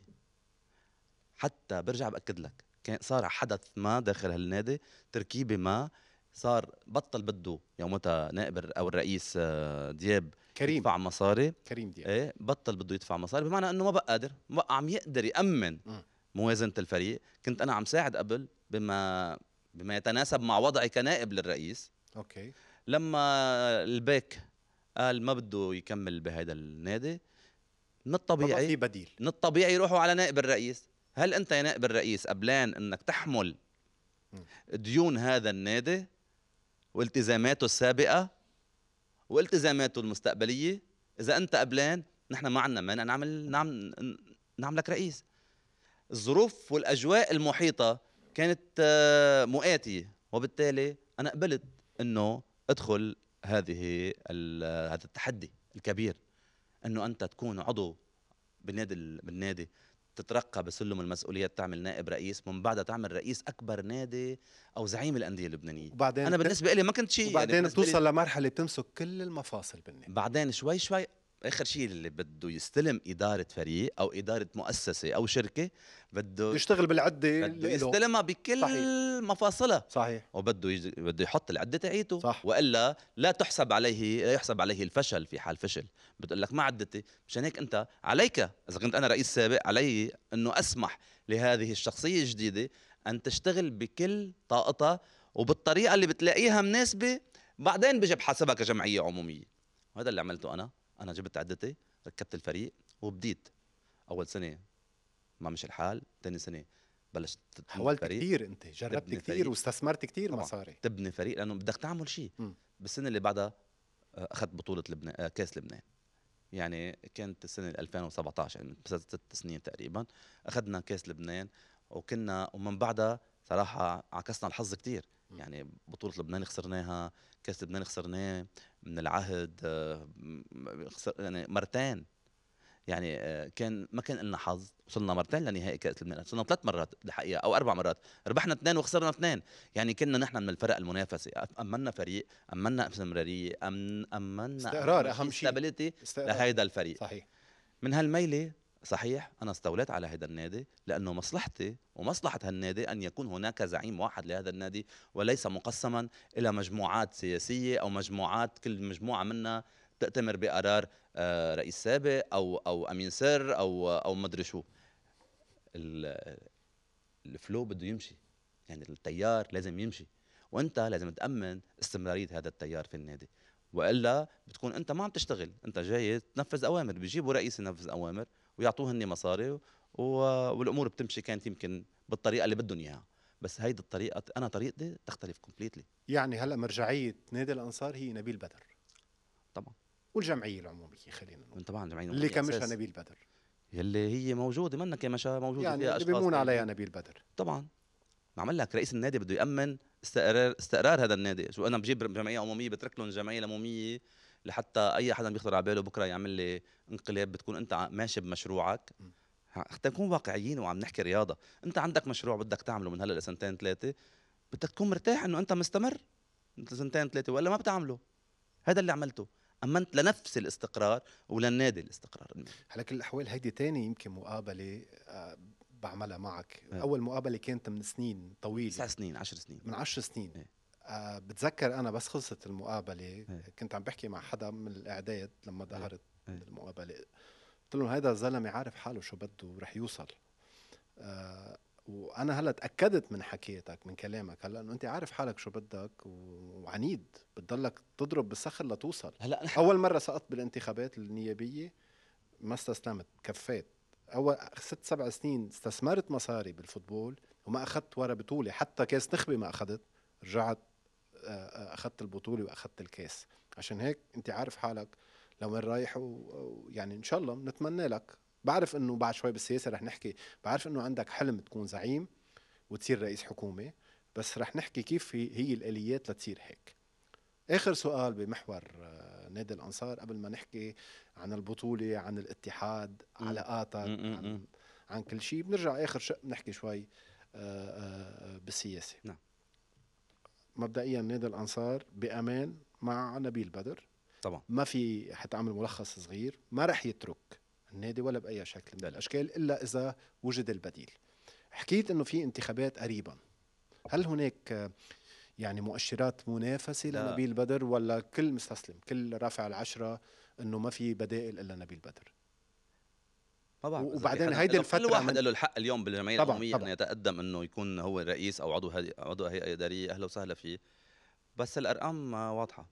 حتى برجع بأكد لك كان صار حدث ما داخل هالنادي، تركيبة ما صار بطل بده يومتها نائب أو الرئيس دياب كريم يدفع مصاري. كريم دياب ايه بطل بده يدفع مصاري، بمعنى انه ما بقى قادر، ما بقى عم يقدر يأمن موازنة الفريق. كنت انا عم ساعد قبل بما يتناسب مع وضعي كنائب للرئيس. اوكي. لما البيك قال ما بده يكمل بهذا النادي، من الطبيعي في بديل، من الطبيعي يروحوا على نائب الرئيس. هل انت يا نائب الرئيس قبلان انك تحمل ديون هذا النادي والتزاماته السابقة والتزاماته المستقبلية؟ اذا انت قبلان نحن ما عندنا مانع نعملك رئيس. الظروف والاجواء المحيطة كانت مؤاتية، وبالتالي انا قبلت انه ادخل هذا التحدي الكبير، انه انت تكون عضو بالنادي تترقى بسلم المسؤوليات، تعمل نائب رئيس، من بعدها تعمل رئيس اكبر نادي او زعيم الانديه اللبنانيه. وبعدين انا بالنسبه لي ما كنت شيء، وبعدين يعني بتوصل لمرحله بتمسك كل المفاصل بالنادي. بعدين شوي شوي اخر شيء اللي بده يستلم اداره فريق او اداره مؤسسه او شركه بده يشتغل بالعده، بده يستلمها بكل صحيح. مفاصلها. صحيح. وبده بده يحط العده تاعيته. صح. والا لا يحسب عليه الفشل في حال فشل. بتقول لك ما عدتي، مشان هيك انت عليك، اذا كنت انا رئيس سابق، علي انه اسمح لهذه الشخصيه الجديده ان تشتغل بكل طاقتها وبالطريقه اللي بتلاقيها مناسبه. بعدين بجي بحاسبها كجمعيه عموميه. وهذا اللي عملته انا جبت عدتي، ركبت الفريق وبديت. اول سنه ما مشي الحال، ثاني سنه بلشت حاولت كثير، انت جربت كثير واستثمرت كثير مصاري تبني فريق، لانه بدك تعمل شيء. بالسنه اللي بعدها اخذت بطوله لبنان، كاس لبنان. يعني كانت السنه 2017، يعني من 6 سنين تقريبا اخذنا كاس لبنان. ومن بعدها صراحه عكسنا الحظ كثير. يعني بطوله لبنان خسرناها، كاس لبنان خسرناه من العهد يعني مرتين. يعني ما كان لنا حظ. وصلنا مرتين لنهائي كاس لبنان، وصلنا 3 مرات الحقيقه او 4 مرات، ربحنا 2 وخسرنا 2. يعني كنا نحن من الفرق المنافسه. امنا فريق، امنا استمراريه، امنا استقرار، اهم شيء استابيليتي لهيدا الفريق. صحيح. من هالميله صحيح انا استوليت على هذا النادي، لانه مصلحتي ومصلحه هالنادي ان يكون هناك زعيم واحد لهذا النادي، وليس مقسما الى مجموعات سياسيه او مجموعات كل مجموعه منا تأتمر بقرار رئيس سابق او امين سر او مدري شو. الفلو بده يمشي، يعني التيار لازم يمشي، وانت لازم تأمن استمرارية هذا التيار في النادي. والا بتكون انت ما عم تشتغل، انت جاي تنفذ اوامر. بيجيبوا رئيس ينفذ اوامر ويعطوه هني مصاري والامور بتمشي كانت يمكن بالطريقه اللي بدهم اياها. بس هيدي الطريقه، انا طريقتي تختلف كومبليتلي. يعني هلا مرجعيه نادي الانصار هي نبيل بدر طبعا، والجمعيه العموميه خلينا نقول طبعا الجمعيه اللي كمشها نبيل بدر، يلي هي موجوده منها كمشا موجوده يعني فيها اللي اشخاص بيمون عليها نبيل بدر. طبعا عمل لك رئيس النادي بده يامن استقرار هذا النادي. شو انا بجيب جمعيه عموميه بترك لهم الجمعيه العموميه لحتى اي حدا بيخطر على باله بكره يعمل لي انقلاب؟ بتكون انت ماشي بمشروعك. حتى نكون واقعيين وعم نحكي رياضه، انت عندك مشروع بدك تعمله من هلا لسنتين ثلاثه، بدك تكون مرتاح انه انت مستمر سنتين ثلاثه، ولا ما بتعمله. هذا اللي عملته، امنت لنفس الاستقرار وللنادي الاستقرار. على كل الاحوال هيدي تاني يمكن مقابله بعملها معك. إيه. اول مقابله كانت من سنين طويله، 9 سنين 10 سنين من 10 سنين. إيه. بتذكر انا بس خلصت المقابله، إيه. كنت عم بحكي مع حدا من الاعداد لما ظهرت إيه. المقابله، قلت لهم هيدا الزلمه عارف حاله شو بده ورح يوصل. وانا هلا تاكدت من حكيتك من كلامك هلا انه انت عارف حالك شو بدك وعنيد، بتضلك تضرب بالصخر لتوصل. هلا اول مره سقطت بالانتخابات النيابيه ما استسلمت، كفيت. اول 6 7 سنين استثمرت مصاري بالفوتبول وما اخذت ولا بطوله، حتى كاس نخبه ما اخذت. رجعت اخذت البطوله واخذت الكاس. عشان هيك انت عارف حالك لوين رايح، ويعني ان شاء الله بنتمنى لك. بعرف انه بعد شوي بالسياسه رح نحكي، بعرف انه عندك حلم تكون زعيم وتصير رئيس حكومه، بس رح نحكي كيف هي الاليات لتصير هيك. اخر سؤال بمحور نادي الانصار قبل ما نحكي عن البطوله، عن الاتحاد، علاقاتك، عن كل شيء. بنرجع اخر شق نحكي شوي بالسياسه. نعم. مبدئيا نادي الانصار بامان مع نبيل بدر طبعا. ما في، حتى اعمل ملخص صغير، ما رح يترك النادي ولا باي شكل من الاشكال الا اذا وجد البديل. حكيت انه في انتخابات قريبا، هل هناك يعني مؤشرات منافسه لنبيل بدر، ولا كل مستسلم كل رافع العشرة انه ما في بدائل الا نبيل بدر؟ ما بعرف. وبعدين هيدي الفتره كل واحد له الحق اليوم بالجمعيه طبعاً العموميه انه يتقدم انه يكون هو الرئيس او عضو هيئه اداريه، اهلا وسهلا فيه. بس الارقام واضحه،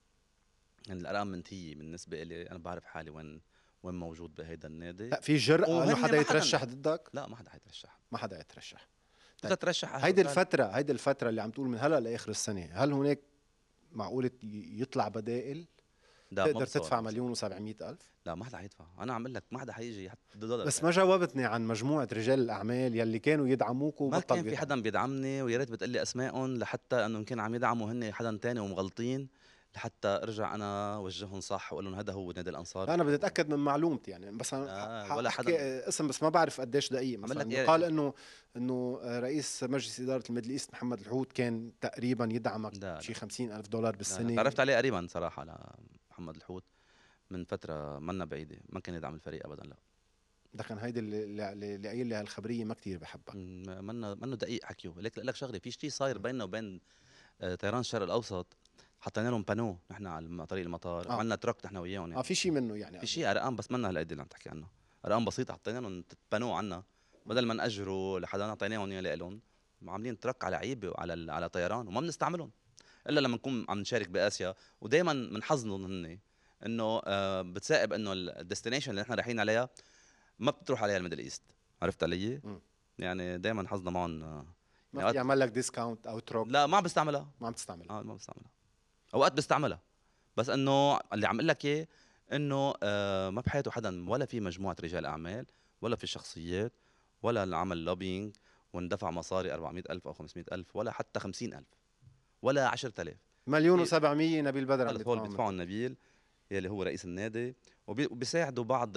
يعني الارقام منتهيه بالنسبه لي. انا بعرف حالي وين موجود بهيدا النادي. لا في جرأة انه حدا يترشح ضدك؟ لا، ما حدا حيترشح. ما حدا يترشح. طيب. تترشح هيدي الفتره اللي عم تقول من هلا لاخر السنه، هل هناك معقوله يطلع بدائل تقدر تدفع 1,700,000؟ لا، ما حدا حيدفع. انا عم اقول لك ما حدا حيجي حتى دولار. بس ما جاوبتني عن مجموعه رجال الاعمال يلي كانوا يدعموك ما كان في حدا بيدعمني، ويا ريت بتقلي اسمائهم لحتى انه كان عم يدعموا هن حدا تاني ومغلطين، لحتى ارجع انا وجههم صح واقول لهم هذا هو نادي الانصار. انا بدي اتاكد من معلومتي يعني، بس انا ولا حدا اسم، بس ما بعرف قديش دقيق. مثلا قال انه رئيس مجلس اداره الميدل ايست محمد الحوت كان تقريبا يدعمك شي $50,000 بالسنه. تعرفت عليه قريبا صراحه لمحمد الحوت من فتره منا بعيده، ما كان يدعم الفريق ابدا. لا ده كان هيدي اللي قايل لي هالخبريه ما كتير بحبها. منه دقيق حكيه. لك لك شغله، في شيء صاير بيننا وبين طيران الشرق الاوسط. حطينا لهم بانو نحن على طريق المطار، وعندنا ترك نحن وياهم يعني. في شيء منه يعني، في شيء ارقام، بس منا هالقد اللي عم تحكي عنه. ارقام بسيطه حطينا لهم بانو عنا، بدل ما ناجروا لحدا اعطيناهم اياه لهم. عاملين ترك على عيبه وعلى طيران، وما بنستعملهم الا لما نكون عم نشارك باسيا. ودائما من حظهم هن انه بتسائب انه الديستنيشن اللي نحن رايحين عليها ما بتروح عليها الميدل ايست. عرفت علي؟ يعني دائما حظنا معهم. ما في يعمل لك ديسكاونت او تروك. لا، ما بستعملها. ما عم تستعملها. ما بستعملها. اوقات بستعملها، بس انه اللي عم اقول لك اياه انه ما بحياته حدا، ولا في مجموعه رجال اعمال، ولا في شخصيات، ولا العمل لوبينج وندفع مصاري 400,000 او 500,000 ولا حتى 50,000 ولا 10,000. 1,700,000 نبيل بدر عم بيدفعوا النبيل يلي هو رئيس النادي، وبيساعدوا بعض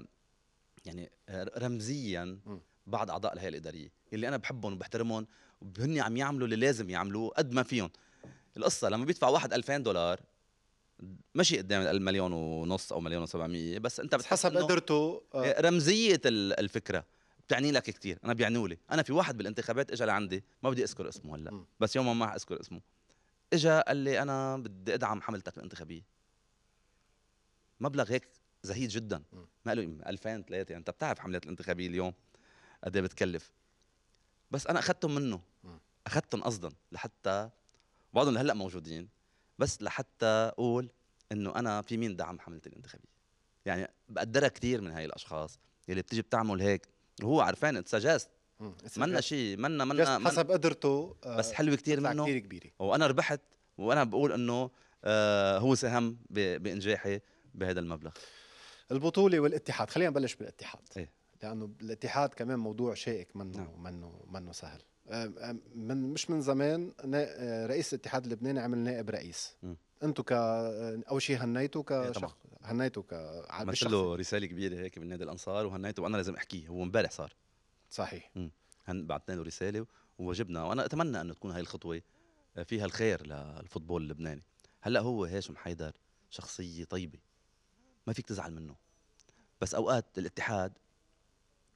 يعني رمزيا بعض اعضاء الهيئه الاداريه اللي انا بحبهم وبحترمهم، وهن عم يعملوا اللي لازم يعملوه قد ما فيهم. القصه لما بيدفع واحد $2,000 ماشي قدام $1,500,000 او 1,700,000، بس انت حسب قدرته. رمزيه الفكره بتعني لك كثير. انا بيعنوا لي. انا في واحد بالانتخابات اجى لعندي، ما بدي اذكر اسمه هلا، بس يوم ما اذكر اسمه، اجى قال لي انا بدي ادعم حملتك الانتخابيه. مبلغ هيك زهيد جدا. ما قالوا 2000 3. انت بتعرف حملات الانتخابيه اليوم قد ايه بتكلف. بس انا اخذتهم منه، اخذتهم قصدا لحتى بعضهم هلا موجودين، بس لحتى اقول انه انا في مين دعم حملتي الانتخابيه. يعني بقدرها كثير من هاي الاشخاص اللي بتيجي بتعمل هيك وهو عرفان اتسجست. منا شيء منا حسب قدرته. بس حلوه كثير منه كثير كبيره. وانا ربحت، وانا بقول انه هو ساهم بانجاحي بهذا المبلغ. البطوله والاتحاد، خلينا نبلش بالاتحاد. إيه؟ لانه الاتحاد كمان موضوع شائك، منه سهل. مش من زمان رئيس الاتحاد اللبناني عمل نائب رئيس. انتم اول شيء هنيتوا كشخص، هنيتوا مثل له رساله كبيره هيك بالنادي الانصار، وهنيته وانا لازم احكيه. هو امبارح صار صحيح. بعثنا له رساله وواجبنا، وانا اتمنى انه تكون هاي الخطوه فيها الخير للفوتبول اللبناني. هلا هو هاشم حيدر شخصيه طيبه، ما فيك تزعل منه، بس اوقات الاتحاد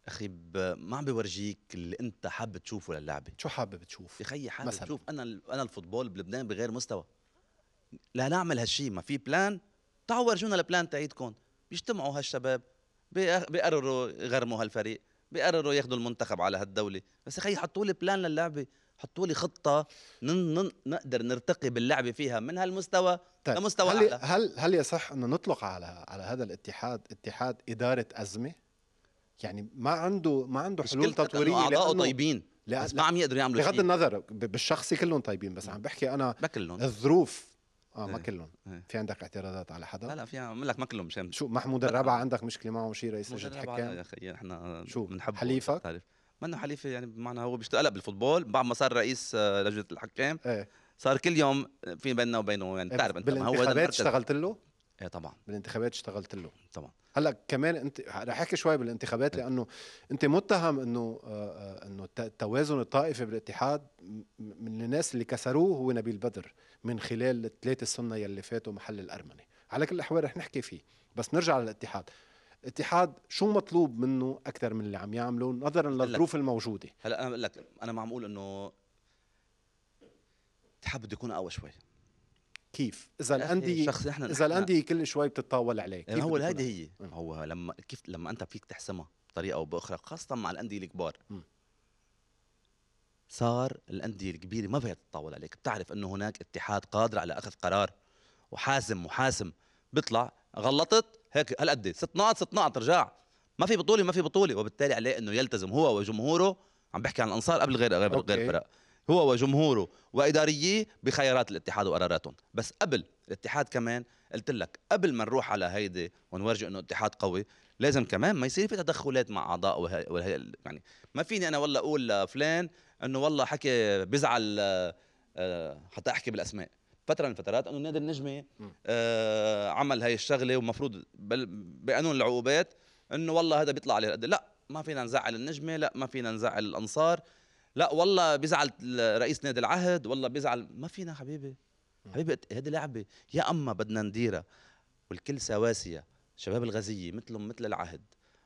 اخي ما عم بيورجيك اللي انت حابب تشوفه للعبه. شو حابب تشوف؟ يا خيي حابب مثلا تشوف انا الفوتبول بلبنان بغير مستوى. لا نعمل هالشيء، ما في بلان. تعالوا ورجونا البلان تاعيتكم. بيجتمعوا هالشباب بيقرروا يغرموا هالفريق، بيقرروا ياخذوا المنتخب على هالدوله. بس يا خيي حطوا لي بلان للعبه، حطوا لي خطه نقدر نرتقي باللعبه فيها من هالمستوى طيب لمستوى هل اعلى. هل يصح انه نطلق على هذا الاتحاد اتحاد اداره ازمه؟ يعني ما عنده حلول مشكلتك انه تطويريه اعضائه لانه طيبين لا بس لا ما عم يقدروا يعملوا بغض شيء. النظر بالشخصي كلهم طيبين، بس عم بحكي انا ما كلهم. الظروف ما ايه. كلهم. ايه. في عندك اعتراضات على حدا؟ لا لا، في عم لك ما كلهم مشان شو محمود الرابعه عندك مشكله معه؟ شيء رئيس لجنه مدرب حكام؟ يا اخي احنا شو بنحبه. حليفك؟ تعرف ما انه حليفه، يعني بمعنى هو بيشتغل هلا بالفوتبول بعد ما صار رئيس لجنه الحكام. ايه صار كل يوم في بيننا وبينه، يعني بتعرف انت ما هو هذا بالانتخابات المركز. اشتغلت له؟ ايه طبعا. بالانتخابات اشتغلت له طبعا. هلا كمان انت رح احكي شوي بالانتخابات لانه انت متهم انه التوازن الطائفي بالاتحاد من الناس اللي كسروه هو نبيل بدر من خلال الثلاثه السنه يلي فاتوا محل الارمنه. على كل الاحوال رح نحكي فيه، بس نرجع للاتحاد. الاتحاد شو مطلوب منه اكثر من اللي عم يعمله نظرا للظروف الموجوده؟ هلا انا بقول لك، انا ما عم اقول انه الاتحاد بده يكون اقوى شوي. كيف اذا الانديه اذا الانديه كل شوي بتتطاول عليه؟ كيف هو هيدي هي هو لما انت فيك تحسمها بطريقه او باخرى، خاصه مع الانديه الكبار. صار الانديه الكبيره ما فيها تتطاول عليك. بتعرف انه هناك اتحاد قادر على اخذ قرار وحاسم بيطلع غلطت هيك هالقد 6 نقط رجع، ما في بطوله، وبالتالي عليه انه يلتزم هو وجمهوره. عم بحكي عن الانصار قبل غير فرق. هو وجمهوره وادارييه بخيارات الاتحاد وقراراتهم. بس قبل الاتحاد كمان قلت لك، قبل ما نروح على هيدي ونورجي انه اتحاد قوي، لازم كمان ما يصير في تدخلات مع اعضاء يعني ما فيني انا والله اقول لفلان انه والله حكي بزعل حتى احكي بالاسماء. فتره من الفترات انه نادي النجمه عمل هاي الشغله، ومفروض بقانون العقوبات انه والله هذا بيطلع عليه. لا ما فينا نزعل النجمه، لا ما فينا نزعل الانصار، لا والله بيزعل رئيس نادي العهد، والله بيزعل. ما فينا حبيبي هذه لعبه، يا اما بدنا نديرها والكل سواسيه. شباب الغزيه مثلهم مثل العهد،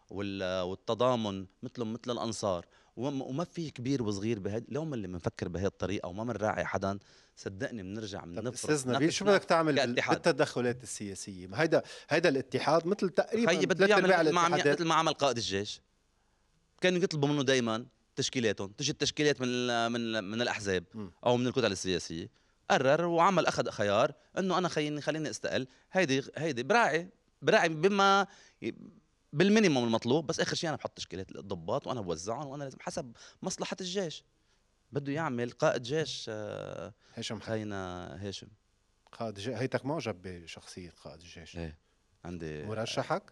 والتضامن مثلهم مثل الانصار، وما في كبير وصغير اليوم اللي بنفكر بهي الطريقه وما بنراعي حدا، صدقني بنرجع بنفرط. استاذ نبيل شو بدك تعمل بالتدخلات السياسيه؟ ما هيدا الاتحاد مثل تقريبا بده يعمل مثل ما عمل قائد الجيش. كانوا يطلبوا منه دائما تشكيلاتهم، تجي التشكيلات من الاحزاب او من الكتل السياسيه. قرر وعمل اخذ خيار انه انا خليني استقل. هيدي براعي بما بالمينيموم المطلوب، بس اخر شيء انا بحط تشكيلات الضباط وانا بوزعهم، وانا لازم حسب مصلحه الجيش. بده يعمل قائد جيش هاشم خينا هاشم قائد الجيش. هيتك معجب بشخصيه قائد الجيش؟ ايه عندي مرشحك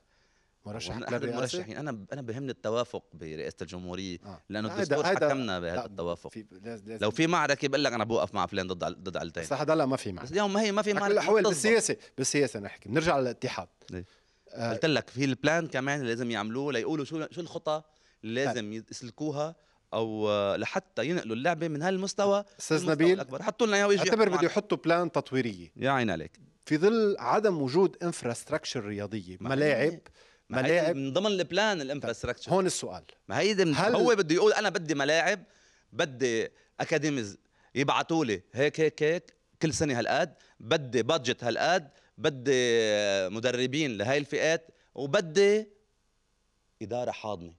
للرئاسه. انا بهمني التوافق برئاسه الجمهوريه، لانه هيدا الدستور حكمنا بهذا التوافق. لو في معركه بقول لك انا بوقف مع فلان ضد علتين. بس هذا لا ما في معركه. بس اليوم ما في معركه. الاحوال بالسياسه نحكي. بنرجع للاتحاد. قلت لك في البلان كمان اللي لازم يعملوه ليقولوا شو الخطى اللي لازم يسلكوها، او لحتى ينقلوا اللعبه من هالمستوى. استاذ نبيل حطوا لنا اياه ويجي اعتبر بده يحطوا بلان تطويريه. يا عين عليك. في ظل عدم وجود انفراستراكشر رياضيه، ملاعب من ضمن البلان الانفراستراكشر. هون السؤال، ما هي هو بده يقول انا بدي ملاعب، بدي اكاديميز يبعثوا لي هيك كل سنه هالقد، بدي بادجت هالقد، بدي مدربين لهي الفئات، وبدي اداره حاضنه.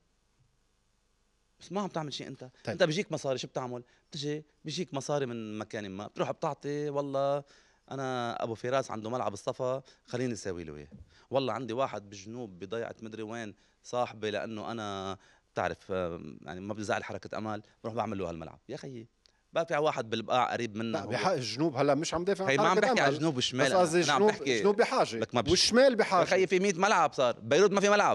بس ما عم تعمل شيء انت. طيب. انت بيجيك مصاري، شو بتعمل؟ بيجيك مصاري من مكان ما، بتروح بتعطي والله انا ابو فراس عنده ملعب الصفا خليني اسوي له اياه، والله عندي واحد بالجنوب بضيعه مدري وين صاحبي لانه انا بتعرف يعني ما بزعل حركه امال، بروح بعمل له هالملعب. يا خيي بقى في واحد بالبقاع قريب منه. لا بحق الجنوب. هلا مش عم دافع عن ما عم بحكي على الجنوب والشمال، بس قصدي الجنوب بحاجه والشمال بحاجه. يا خيي في 100 ملعب صار، بيروت ما في ملعب.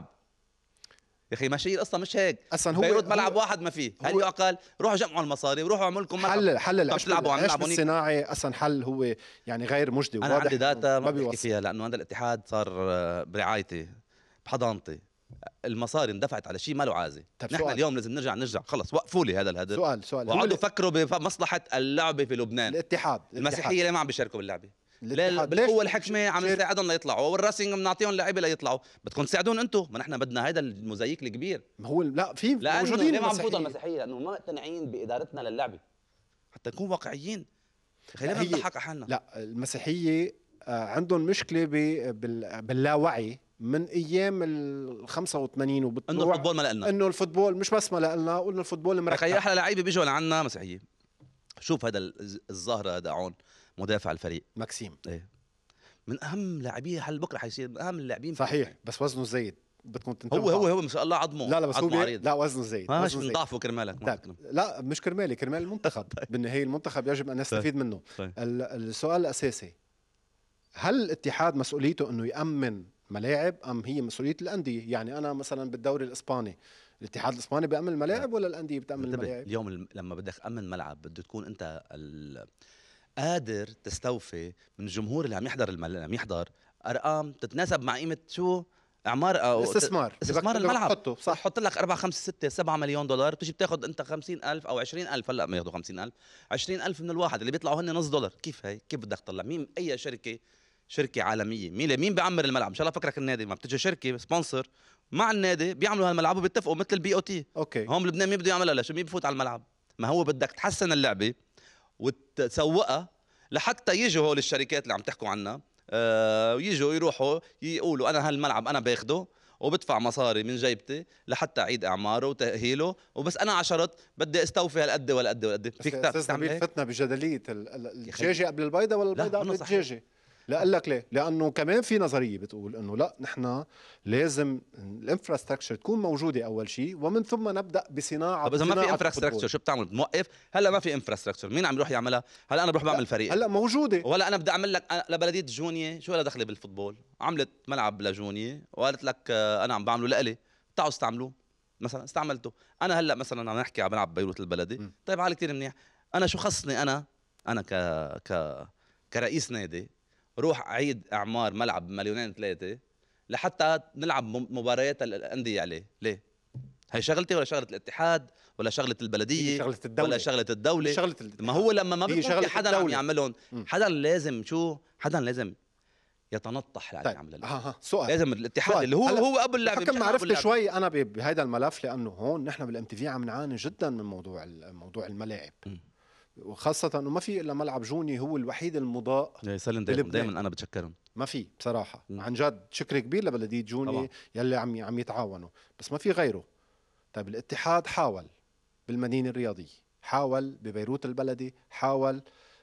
يا اخي ماشي القصه مش هيك. بيروت ملعب واحد ما فيه، هل يعقل؟ روحوا جمعوا المصاري وروحوا اعملوا لكم ملعب. حل العشب الصناعي اصلا حل هو يعني غير مجدي وواضح. انا عندي داتا ما بحكي فيها لانه عند الاتحاد صار برعايتي بحضانتي، المصاري اندفعت على شيء ما له عازه. نحن اليوم لازم نرجع خلص وقفوا لي هذا الهدر. سؤال وقعدوا فكروا بمصلحه اللعبه في لبنان. الاتحاد المسيحيه ليه ما عم بيشاركوا باللعبه؟ ليه بالقوه الحكمه عم نساعدهم ليطلعوا، والراسينج بنعطيهم لعيبه ليطلعوا، بدكم تساعدون انتم، ما نحن بدنا هيدا الموزايك الكبير. ما هو لا في لانه موجودين ليه ما عم نفوت المسيحيين. المسيحيه؟ لانه ما مقتنعين بادارتنا للعبه، حتى نكون واقعيين. خلينا لا هي نضحك على حالنا. لا المسيحيه عندهم مشكله باللاوعي من ايام ال 85 انه وبتروح الفوتبول ما لنا، انه الفوتبول مش بس ما لنا، قلنا الفوتبول مركب. خي احلى لعيبه بيجوا لعنا مسيحيين. شوف هذا الظاهره، هذا عون مدافع الفريق ماكسيم، ايه من اهم لاعبين، هل بكره حيصير من اهم اللاعبين صحيح، بس وزنه زايد، بدكم تنتبهوا. هو ما شاء الله عظمه، لا بس عظمه هو عريض. لا وزنه زايد، مش من ضعفه كرمالك. لا مش كرمال المنتخب. بالنهايه المنتخب يجب ان نستفيد منه. السؤال الاساسي، هل الاتحاد مسؤوليته انه يامن ملاعب ام هي مسؤوليه الانديه؟ يعني انا مثلا بالدوري الاسباني الاتحاد الاسباني بيامن الملاعب ولا الانديه بتامن الملاعب؟ اليوم لما بدك امن ملعب بده تكون انت قادر تستوفي من الجمهور اللي عم يحضر عم يحضر ارقام تتناسب مع قيمه شو اعمار او استثمار الملعب. صح، حط لك 4 5 6 7 مليون دولار، بتيجي بتاخذ انت 50,000 او 20,000. هلا ما ياخذوا 50,000، 20,000 من الواحد اللي بيطلعوا هن نص دولار. كيف هي؟ كيف بدك تطلع؟ مين اي شركه عالميه مين بيعمر الملعب؟ ان شاء الله فكرك النادي، ما بتجي شركه سبونسر مع النادي بيعملوا هالملعب وبيتفقوا مثل البي او تي. اوكي، هون بلبنان مين بده يعملها؟ ليش مين بفوت على الملعب؟ ما هو بدك تحسن اللعبه وتسوقها لحتى يجوا هول الشركات اللي عم تحكوا عنها، ويجوا يروحوا يقولوا انا هالملعب انا باخده وبدفع مصاري من جيبتي لحتى اعيد اعماره وتاهيله، وبس انا عشرت بدي استوفي هالقد والقد. فيك تعمل هيك؟ فتنا بجدليه الدجاجه قبل البيضه ولا البيضه قبل الدجاجه؟ لا اقول لك ليه؟ لانه كمان في نظريه بتقول انه لا، نحن لازم الانفراستراكشر تكون موجوده اول شيء، ومن ثم نبدا بصناعه. طب اذا ما في انفراستراكشر شو بتعمل؟ بتوقف؟ هلا ما في انفراستراكشر، مين عم يروح يعملها؟ هلا انا بروح بعمل فريق، هلا موجوده، ولا انا بدي اعمل لك لبلديه جونيه شو لها دخله بالفوتبول؟ عملت ملعب لجونيه وقالت لك انا عم بعمله لإلي، تعالوا استعملوه. مثلا استعملته انا هلا، مثلا عم نحكي عم بلعب بيروت البلدي. طيب عالي كثير منيح، انا شو خصني انا كرئيس نادي روح اعيد اعمار ملعب بمليونين ثلاثه لحتى نلعب مباريات الانديه عليه؟ ليه؟ هي شغلتي ولا شغله الاتحاد ولا شغله البلديه شغلة الدولة ولا شغله الدوله؟ ما هو لما ما بيكون في حدا عم يعملهم، حدا لازم يتنطح اللي عم يعمل. سؤال، لازم الاتحاد اللي هو ابو اللعبه. حكم عرفت شوي انا بهذا الملف، لانه هون نحن بالام تي في عم نعاني جدا من موضوع الملاعب، وخاصة انه ما في الا ملعب جوني هو الوحيد المضاء. يسلم دائما انا بتشكرهم. ما في بصراحة عن جد شكر كبير لبلدية جوني طبعا. يلي عم يتعاونوا، بس ما في غيره. طيب الاتحاد حاول بالمدينة الرياضية، حاول ببيروت البلدي، حاول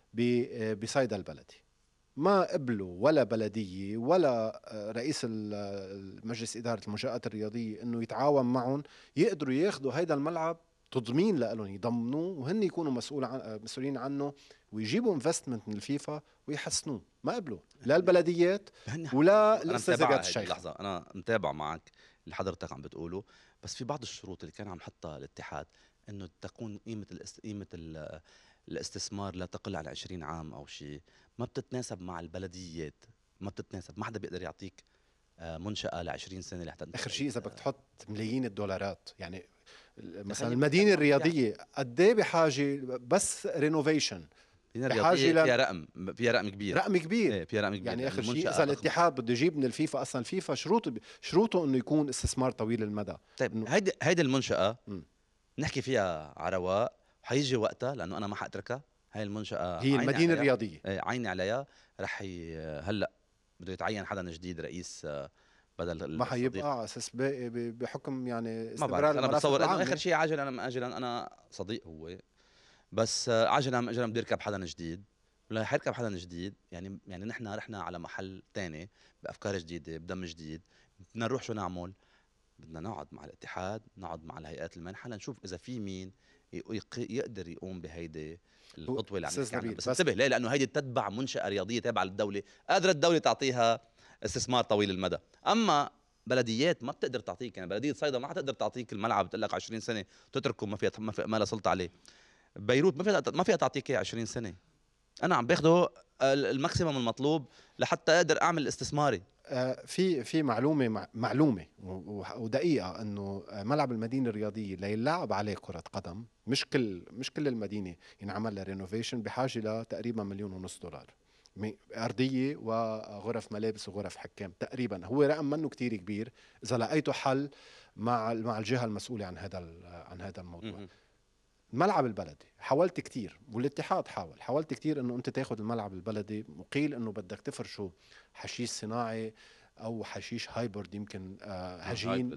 بصيدا البلدي، ما قبلوا ولا بلدية ولا رئيس المجلس إدارة المنشآت الرياضية إنه يتعاون معهم يقدروا ياخذوا هيدا الملعب تضمين لهم، يضمنوه وهن يكونوا مسؤولين عنه، ويجيبوا انفستمنت من الفيفا ويحسنوه. ما قبلوا لا البلديات ولا الاستاذات الشيخ. لحظة، أنا متابع معك اللي حضرتك عم بتقوله، بس في بعض الشروط اللي كان عم حطها الاتحاد إنه تكون قيمة الاستثمار لا تقل عن 20 عام أو شيء، ما بتتناسب مع البلديات، ما بتتناسب. ما حدا بيقدر يعطيك منشأة ل 20 سنة لحتى آخر شيء إذا بدك تحط ملايين الدولارات. يعني مثلا المدينة الرياضية قد ايه بحاجة بس رينوفيشن؟ بحاجة فيها رقم كبير، ايه فيها رقم كبير. يعني آخر شيء إذا الاتحاد بده يجيب من الفيفا، أصلا الفيفا شروطه إنه يكون استثمار طويل المدى. طيب هيدي المنشأة نحكي فيها على رواق، وحيجي وقتها لأنه أنا ما حأتركها. هاي المنشأة هي المدينة الرياضية، عيني عليها. رح هلا بده يتعين حدا جديد رئيس بدل ما حيبقى على اساس باقي بحكم يعني استمرار. انا بتصور انه اخر شيء عاجلا ام اجلا، انا صديق هو، بس عاجلا ام اجلا بده يركب حدا جديد. ولا حيركب حدا جديد يعني نحن رحنا على محل ثاني بافكار جديده بدم جديد. بدنا نروح شو نعمل؟ بدنا نقعد مع الاتحاد، نقعد مع الهيئات المانحه لنشوف اذا في مين يقدر يقوم بهيدي الخطوه اللي عم نحكي عنها. بس انتبه ليه؟ لانه هيدي تتبع منشاه رياضيه تابعه للدوله، قادره الدوله تعطيها استثمار طويل المدى. اما بلديات ما بتقدر تعطيك، يعني بلديه صيدا ما حتقدر تعطيك الملعب، بتقول لك 20 سنه تتركه ما لها سلطه عليه. بيروت ما فيها تعطيك 20 سنه. انا عم باخده الماكسيمم المطلوب لحتى اقدر اعمل استثماري. في معلومه ودقيقه انه ملعب المدينه الرياضيه ليلعب عليه كره قدم، مش كل المدينه ينعمل لها رينوفيشن، بحاجه لتقريبا $1.5 مليون. أرضية وغرف ملابس وغرف حكام تقريبا. هو رقم منه كتير كبير إذا لقيته حل مع الجهة المسؤولة عن هذا الموضوع. الملعب البلدي حاولت كتير، والاتحاد حاولت كتير انه انت تاخد الملعب البلدي، وقيل انه بدك تفرشه حشيش صناعي او حشيش هايبرد يمكن هجين.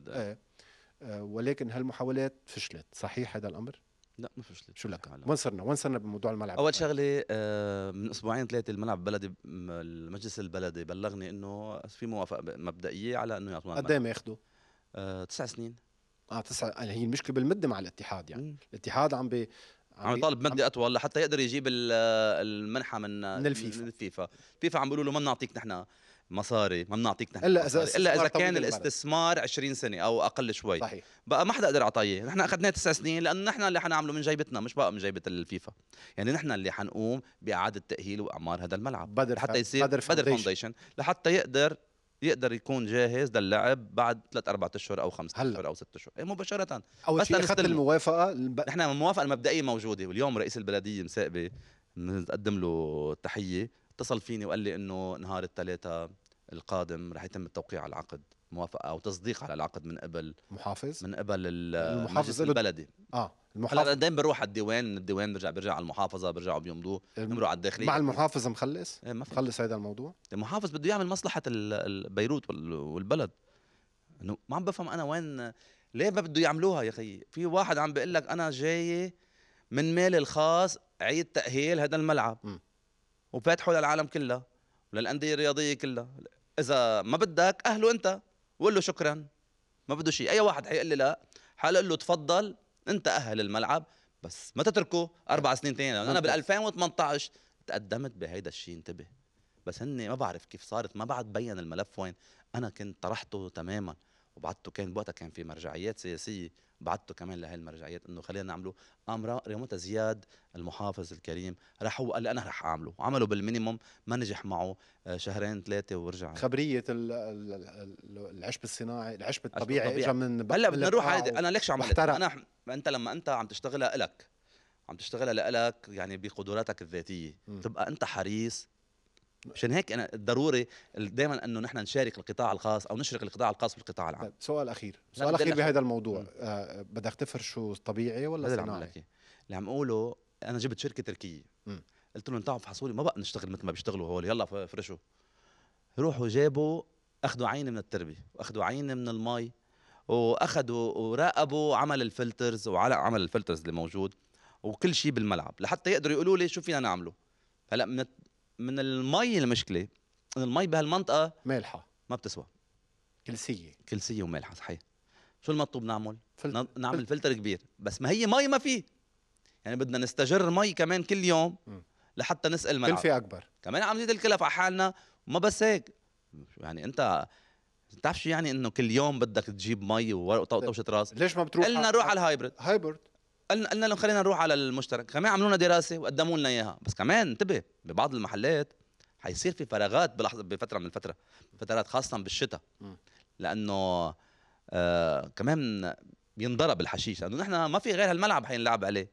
ولكن هالمحاولات فشلت. صحيح هذا الامر؟ لا ما فشلت. شو لك وين صرنا بموضوع الملعب اول شغله من اسبوعين ثلاثه الملعب البلدي المجلس البلدي بلغني انه في موافقه مبدئيه على انه يعطونا قد ايه ماخذوا؟ 9 سنين. 9. هي المشكله بالمده مع الاتحاد، يعني الاتحاد عم يطالب مده اطول لحتى يقدر يجيب المنحه من الفيفا. الفيفا عم بيقولوا له ما بنعطيك نحن مصاري، ما بنعطيك نحن الا اذا كان الاستثمار 20 سنه او اقل شوي. صحيح. بقى ما حدا قدر يعطيه. نحن اخذناه 9 سنين لانه نحن اللي حنعمله من جيبتنا، مش بقى من جيبه الفيفا. يعني نحن اللي حنقوم باعاده تاهيل واعمار هذا الملعب حتى يصير بدر فاونديشن لحتى يقدر يكون جاهز للعب بعد 3-4 اشهر او 5 اشهر او 6 اشهر مباشره. اول شيء اخذت الموافقه نحن الموافقه المبدئيه موجوده، واليوم رئيس البلديه مساقبه بنقدم له تحيه، اتصل فيني وقال لي انه نهار الثلاثاء القادم رح يتم التوقيع على العقد، موافقه او تصديق على العقد من قبل المحافظ البلدي. المحافظ دائما بروح على الديوان، من الديوان برجع على المحافظه، برجعوا بيمضوه، بنروح على الداخليه. مع المحافظ مخلص؟ مخلص هذا الموضوع. المحافظ بده يعمل مصلحه بيروت والبلد. انه ما عم بفهم انا وين ليه ما بده يعملوها يا اخي. في واحد عم بيقول لك انا جاي من مالي الخاص عيد تاهيل هذا الملعب وفاتحه للعالم كلها وللانديه الرياضيه كلها. اذا ما بدك اهله انت وقول له شكرا، ما بده شيء. اي واحد حيقول لي لا، حقول له تفضل انت اهل الملعب بس ما تتركه 4 سنين ثانيه. انا بال 2018 تقدمت بهيدا الشيء، انتبه. بس هني ما بعرف كيف صارت، ما بعد بين الملف وين. انا كنت طرحته تماما وبعته، كان بوقتها كان في مرجعيات سياسيه، بعته كمان لهي المرجعيات انه خلينا نعمله امر. يومتها زياد المحافظ الكريم راح هو قال لي انا راح اعمله، وعمله بالمينيموم، ما نجح معه 2-3 ورجع. خبريه العشب الصناعي، العشب الطبيعي اجى من هلا بدنا نروح على انا ليك شو عملت. انت لما انت عم تشتغلها لك، عم تشتغلها لك يعني بقدراتك الذاتيه، تبقى انت حريص. مشان هيك انا ضروري دائما انه نحن نشارك القطاع الخاص او نشرك القطاع الخاص بالقطاع العام. سؤال اخير بهذا الموضوع. بدك تفرشه طبيعي ولا صناعي؟ اللي عم اقوله انا جبت شركه تركيه، قلت لهم تعالوا فحصوا لي، ما بقى نشتغل مثل ما بيشتغلوا هول، يلا فرشوا. روحوا جابوا، اخذوا عينه من التربه واخذوا عينه من المي واخذوا وراقبوا عمل الفلترز وعمل الفلترز اللي موجود وكل شيء بالملعب لحتى يقدروا يقولوا لي شو فينا نعمله. هلا من المي المشكله ان المي بهالمنطقه مالحه، ما بتسوى، كلسيه ومالحه. صحيح. شو المطلوب نعمل؟ نعمل فلتر كبير، بس ما هي مي ما في، يعني بدنا نستجر مي كمان كل يوم لحتى نسقي الملعب. كلفه اكبر كمان، عم نزيد الكلف على حالنا. وما بس هيك، يعني انت بتعرف شو يعني انه كل يوم بدك تجيب مي وطوشه راس. ليش ما بتروح؟ قلنا نروح على الهايبرد. قلنا لهم خلينا نروح على المشترك. كمان عملوا لنا دراسه وقدموا لنا اياها، بس كمان انتبه ببعض المحلات حيصير في فراغات بفتره من الفترات خاصه بالشتاء، لانه كمان بينضرب الحشيش، لانه نحن ما في غير هالملعب حينلعب عليه.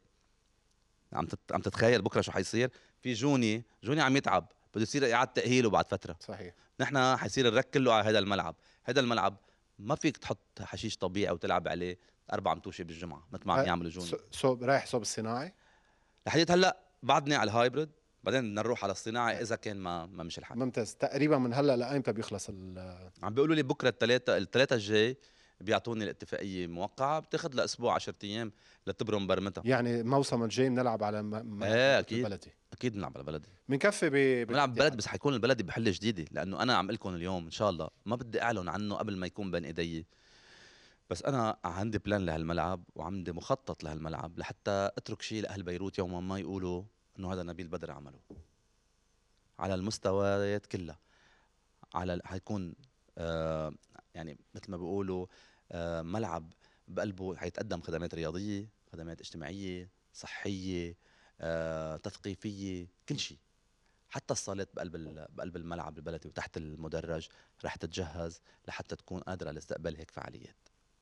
عم تتخيل بكره شو حيصير؟ في جوني عم يتعب، بده يصير اعاده تاهيله بعد فتره. صحيح. نحن حيصير الرك كله على هذا الملعب ما فيك تحط حشيش طبيعي وتلعب عليه 4 متوشه بالجمعه مثل ما عم يعملوا جوني. رايح صوب الصناعي لحديت هلا بعدني على الهايبرد، بعدين بدنا نروح على الصناعي اذا كان ما مش الحال. ممتاز. تقريبا من هلا لايمتى بيخلص عم بيقولوا لي بكره الثلاثاء الجاي بيعطوني الاتفاقيه موقعه، بتاخذ لاسبوع 10 ايام لتبرم برمتها. يعني الموسم الجاي بنلعب على اكيد البلدي. اكيد بنلعب على البلدي، بنكفي بنلعب بلد، بس حيكون البلدي بحله جديده، لانه انا عم لكم اليوم ان شاء الله ما بدي اعلن عنه قبل ما يكون بين ايدي. بس انا عندي بلان لهالملعب وعندي مخطط لهالملعب لحتى اترك شيء لاهل بيروت يوما ما يقولوا انه هذا نبيل بدر عمله على المستويات كلها. حيكون يعني مثل ما بيقولوا ملعب بقلبه حيتقدم خدمات رياضيه، خدمات اجتماعيه، صحيه، تثقيفيه، كل شيء. حتى الصالات بقلب الملعب البلدي وتحت المدرج رح تتجهز لحتى تكون قادره لاستقبال هيك فعاليات.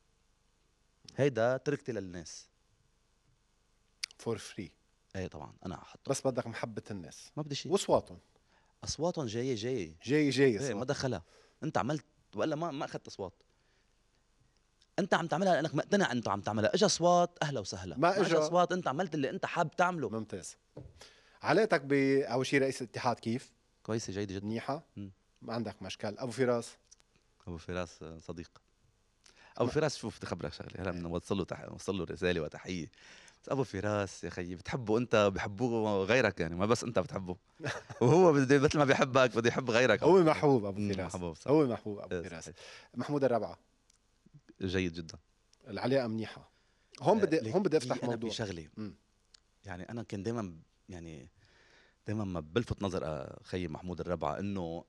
هيدا تركتي للناس فور فري. ايه طبعا انا احط، بس بدك محبه الناس، ما بدي شيء واصواتهم. اصواتهم جايه جاي ايه، ما صوت. دخلها. انت عملت والا ما اخذت اصوات. انت عم تعملها لانك مقتنع انت عم تعملها. اجى اصوات اهلا وسهلا، ما ما اجى اجى. اصوات انت عملت اللي انت حابب تعمله. ممتاز. علاقتك اول شيء رئيس الاتحاد كيف؟ كويسه جيده جدا. منيحه؟ مم. ما عندك مشكل. ابو فراس؟ ابو فراس صديق. ابو فراس شوف بدي اخبرك شغله، هلا بدنا نوصل له رساله وتحيه. بس ابو فراس يا خيي بتحبه انت، بحبوه غيرك يعني، ما بس انت بتحبه. وهو مثل ما بيحبك بده يحب غيرك. هو محبوب ابو فراس. محبوب صح. هو محبوب ابو إيه فراس. صحيح. محمود الربعه؟ جيد جدا. العلاقه منيحه. هون بدي في افتح انا في موضوع. شغله، مم. يعني انا كان دايما يعني دايما ما بلفت نظر خيي محمود الربعه انه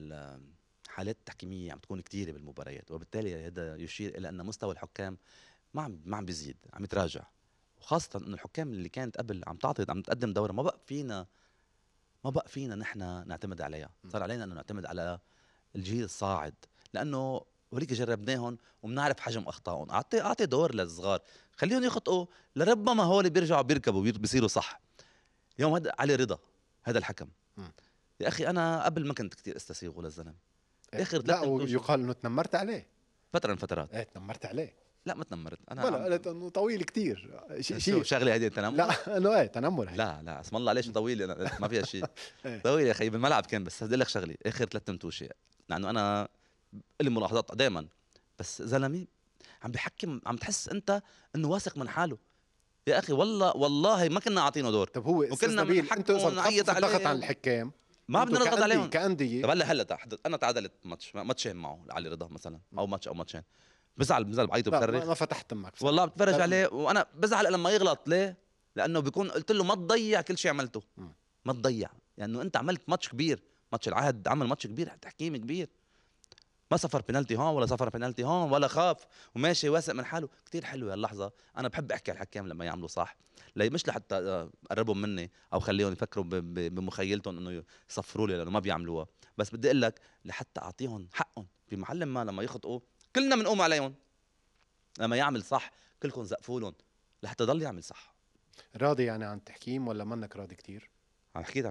الحالات التحكيميه عم تكون كثيره بالمباريات، وبالتالي هذا يشير الى ان مستوى الحكام ما عم بيزيد، عم يتراجع. وخاصه انه الحكام اللي كانت قبل عم تقدم دوره، ما بقى فينا نحن نعتمد عليها. صار علينا انه نعتمد على الجيل الصاعد، لانه وليك جربناهم وبنعرف حجم اخطائهم. اعطي دور للصغار، خليهم يخطئوا، لربما هول بيرجعوا بيركبوا بيصيروا صح. يوم هذا علي رضا، هذا الحكم، مم. يا اخي انا قبل ما كنت كثير استسيغه للزلمه، اخر لا، 3 متوشه ويقال انه تنمرت عليه. فتره من فترات. ايه تنمرت عليه. لا ما تنمرت انا بلا قلت انه طويل كتير شو شغله هذه التنمر؟ لا انه ايه تنمر هي. لا اسم الله ليش طويل، أنا ما فيها شيء. إيه. طويل يا اخي بالملعب كان. بس بدي لك شغله، اخر 3 متوشه، لانه انا لي ملاحظات دائما، بس زلمه عم بحكم، عم تحس انت انه واثق من حاله. يا اخي والله ما كنا عاطينه دور. طب هو استاذ وكنا نبيل، انتوا اذا بنحكمه ونعيط بتخففوا الضغط عن عليه الحكام، ما انتوا بدنا نضغط عليهم. كأندية. طب هلا انا تعادلت ماتشين معه علي رضا مثلا، او ماتش او ماتشين، بزعل بعيط لا وبصرخ. ما فتحت امك بصراحة. والله بتفرج لا. عليه وانا بزعل لما يغلط. ليه؟ لانه بيكون قلت له ما تضيع كل شيء عملته. مم. ما تضيع لانه يعني انت عملت ماتش كبير، ماتش العهد عمل ماتش كبير، تحكيم كبير. ما صفر بينالتي هون ولا صفر بينالتي هون ولا خاف، وماشي واثق من حاله. كتير حلوه هاللحظه. انا بحب احكي على الحكام لما يعملوا صح، مش لحتى قربهم مني او خليهم يفكروا بمخيلتهم انه يصفروا لي لانه ما بيعملوها، بس بدي اقول لك لحتى اعطيهم حقهم في محل ما. لما يخطئوا كلنا بنقوم عليهم، لما يعمل صح كلكم زقفوا لهم لحتى يضل يعمل صح. راضي يعني عن التحكيم ولا منك راضي كتير؟ حكيت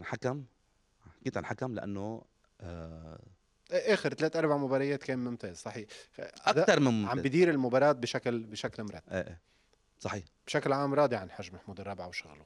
عن حكم لانه اخر 3-4 مباريات كان ممتاز صحيح. اكثر من عم ممتاز. بدير المباراة بشكل مرتب. ايه صحيح. بشكل عام راضي عن حجم محمود الرابعة وشغله.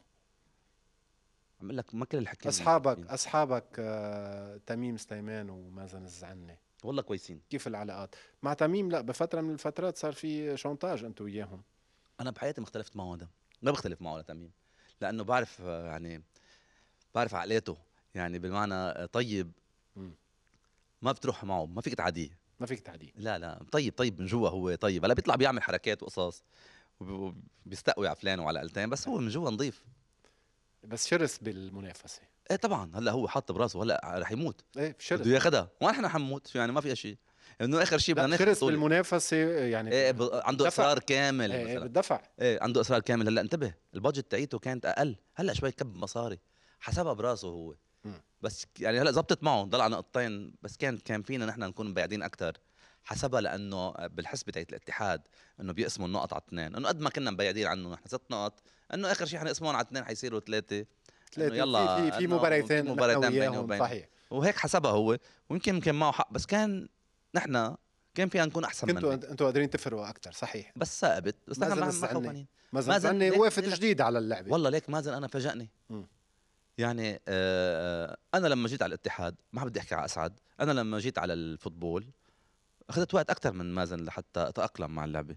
عم اقول لك ما كل الحكام اصحابك تميم سليمان ومازن الزعني والله كويسين. كيف العلاقات مع تميم؟ لا بفترة من الفترات صار في شونتاج انتوا وياهم. انا بحياتي ما اختلفت معه هذا، ما بختلف معه لتميم، لانه بعرف يعني بعرف عقليته، يعني بالمعنى طيب. مم. ما بتروح معه، ما فيك تعاديه. ما فيك تعديل. لا طيب من جوا هو طيب. هلا بيطلع بيعمل حركات وقصص وبيستقوي على فلان وعلى قلتين، بس هو من جوا نظيف. بس شرس بالمنافسة. ايه طبعا. هلا هو حاط براسه هلا رح يموت، ايه شرس. بده ياخذها ونحن حنموت، يعني ما في شيء. انه اخر شيء بدنا ناخذ شرس بطولة. بالمنافسة يعني. ايه عنده دفع. اصرار كامل ايه مثلا. بالدفع. ايه عنده اصرار كامل. هلا انتبه، البادجت تاعيته كانت اقل، هلا شوي كب مصاري، حسبها براسه هو. بس يعني هلا زبطت معه، ضل على نقطتين بس. كان فينا نحن نكون مبعدين اكثر. حسبها لانه بالحسبه تاعت الاتحاد انه بيقسموا النقط على اثنين، انه قد ما كنا مبعدين عنه نحن 6 نقط، انه اخر شيء حنقسمهم على اثنين حيصيروا 3. انه يلا في مباريتين مباراتين بيني وياهم وبينه. صحيح. وهيك حسبها هو، ويمكن معه حق. بس نحن كان فينا نكون احسن كنتوا منه. انتوا قادرين تفرقوا اكثر صحيح. بس ثابت. بس نحن ما الزعني. خوفانين. مازن الزعني ليك وقفت جديد على اللعبه. والله ليك مازن انا فاجأني. يعني انا لما جيت على الاتحاد، ما بدي احكي على اسعد، انا لما جيت على الفوتبول اخذت وقت اكثر من مازن لحتى اتاقلم مع اللعبه.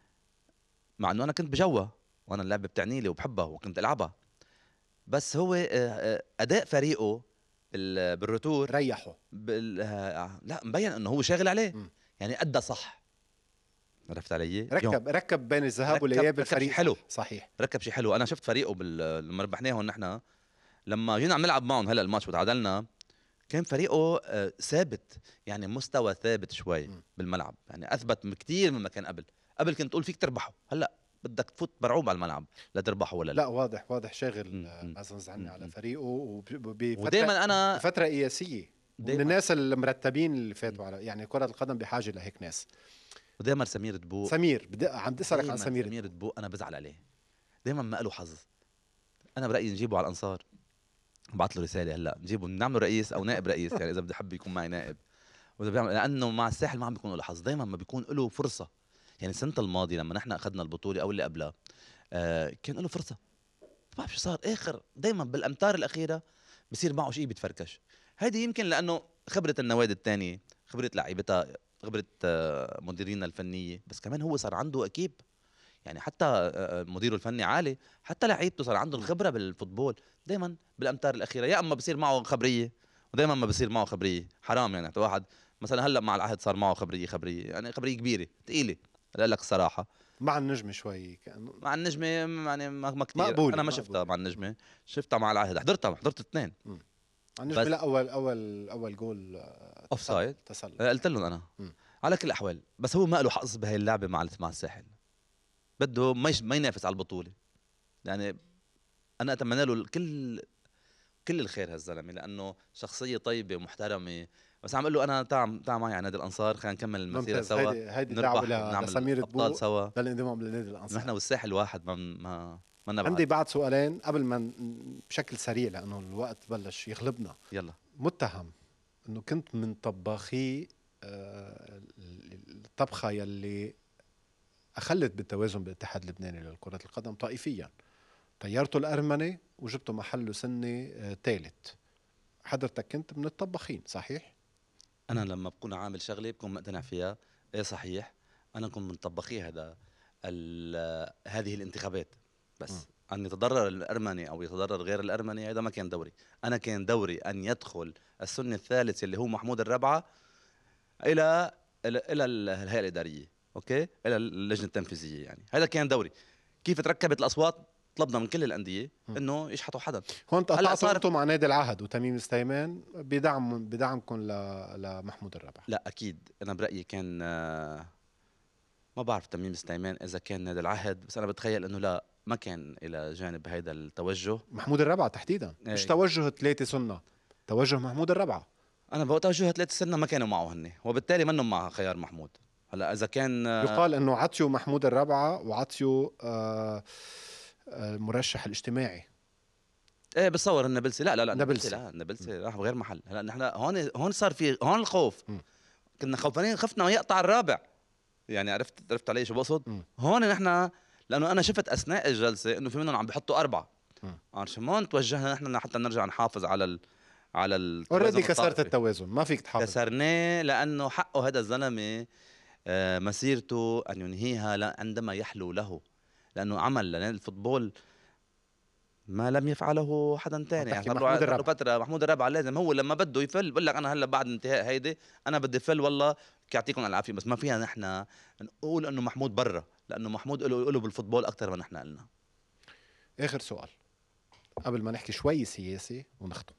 مع انه انا كنت بجوا وانا اللعبه بتعني لي وبحبها وكنت العبها. بس هو اداء فريقه بالروتور ريحه. لا مبين انه هو شاغل عليه. يعني ادى صح. عرفت علي؟ ركب بين الذهاب والاياب الفريق حلو. صحيح. ركب شيء حلو. انا شفت فريقه لما ربحناهم نحن، لما جينا عم نلعب معهم هلا الماتش وتعادلنا، كان فريقه ثابت، يعني مستوى ثابت شوي بالملعب، يعني اثبت كثير مما كان قبل كنت تقول فيك تربحوا، هلا بدك تفوت مرعوب على الملعب لا تربحوا ولا لا. واضح شاغل مازن الزعني على فريقه ودائما انا بفتره قياسيه من الناس المرتبين اللي فاتوا على، يعني كرة القدم بحاجة لهيك ناس. ودائما سمير دبوق. عم تسألك عن سمير دبوق. انا بزعل عليه دائما، ما له حظ. انا برأيي نجيبه على الانصار. بعت له رساله هلا نجيبه نعمله رئيس او نائب رئيس، يعني اذا بدي حب يكون معي نائب. واذا بيعمل، لانه مع الساحل ما عم بيكون له حظ، دائما ما بيكون له فرصه. يعني السنه الماضيه لما نحن اخذنا البطوله او اللي قبلها كان له فرصه، ما بعرف شو صار اخر، دائما بالامتار الاخيره بصير معه شيء بيتفركش. هيدي يمكن لانه خبره النوادي الثانيه، خبره لعيبتها، خبره مديرينا الفنيه، بس كمان هو صار عنده اكيب. يعني حتى مديره الفني عالي، حتى لعيبته صار عندهم خبره بالفوتبول. دائما بالامتار الاخيره يا اما بصير معه خبريه، ودائما ما بصير معه خبريه. حرام يعني واحد مثلا هلا مع العهد صار معه خبريه، يعني خبريه كبيره ثقيله، اقول لك الصراحه. مع النجم شوي كأنه مع النجمه يعني ما كثير، انا مقبولة ما شفتها مقبولة. مع النجمه، شفتها مع العهد، حضرت اثنين. مم. على النجم، بس لا، اول جول اوف سايد، تسلل. قلت لهم انا. مم. على كل الاحوال بس هو ما له حظ بهي اللعبه مع الساحل، بده ما ينافس على البطوله. يعني انا اتمنى له كل الخير هالزلمه، لانه شخصيه طيبه ومحترمه. بس عم اقول له انا تعا معي على نادي الانصار، خلينا نكمل المسيره ممتاز. سوا، هيدي دعوة نربح ونعمل لسمير ابطال تبوق سوا. للانضمام لنادي الانصار. نحن والساحل واحد، ما عندي نبعد. بعد سؤالين قبل ما بشكل سريع لانه الوقت بلش يغلبنا. يلا. متهم انه كنت من طباخي الطبخه يلي اخلت بالتوازن بالاتحاد اللبناني لكره القدم طائفيا. طيرته الارمني وجبته محله سني ثالث. حضرتك كنت من الطباخين صحيح؟ انا لما بكون عامل شغله بكون مقتنع فيها، ايه صحيح، انا كنت من طباخي هذه الانتخابات. بس ان يتضرر الارمني او يتضرر غير الارمني، هذا ما كان دوري. انا كان دوري ان يدخل السني الثالث اللي هو محمود الربعه الى الى الهيئه الاداريه، اوكي، الى اللجنه التنفيذيه. يعني هذا كان دوري. كيف تركبت الاصوات؟ طلبنا من كل الانديه انه يشحطوا حدا. هون هلا قطعتوا صار انتم مع نادي العهد وتميم سليمان بدعمكم لمحمود الربح. لا اكيد انا برايي كان ما بعرف تميم سليمان اذا كان نادي العهد، بس انا بتخيل انه لا، ما كان الى جانب هيدا التوجه. محمود الربعة تحديدا مش توجه ثلاثة سنة، توجه محمود الربعة. انا بتوجه 3 سنة ما كانوا معه هن، وبالتالي منهم مع خيار محمود. هلا اذا كان يقال انه عطيوا محمود الربعة وعطيوا المرشح الاجتماعي. ايه بتصور النابلسي، لا نابلسي. لا النابلسي راح بغير محل. هلا نحن هون صار في هون الخوف. كنا خوفانين، خفنا يقطع الرابع. يعني عرفت علي شو بقصد؟ هون نحن لانه انا شفت اثناء الجلسه انه في منهم عم بيحطوا 4. عشان هون توجهنا نحن حتى نرجع نحافظ على اوريدي كسرت التوازن، ما فيك تحافظ. كسرناه لانه حقه هذا الزلمه مسيرته ان ينهيها عندما يحلو له، لانه عمل لنادي الفوتبول ما لم يفعله حدا ثاني. يعني محمود الربع. فتره محمود الربع لازم هو لما بده يفل بقول لك انا هلا بعد انتهاء هيدي انا بدي فل، والله يعطيكم العافيه. بس ما فيها نحن نقول انه محمود برا، لانه محمود له بالفوتبول اكثر ما نحن قلنا. اخر سؤال قبل ما نحكي شوي سياسي ونختم.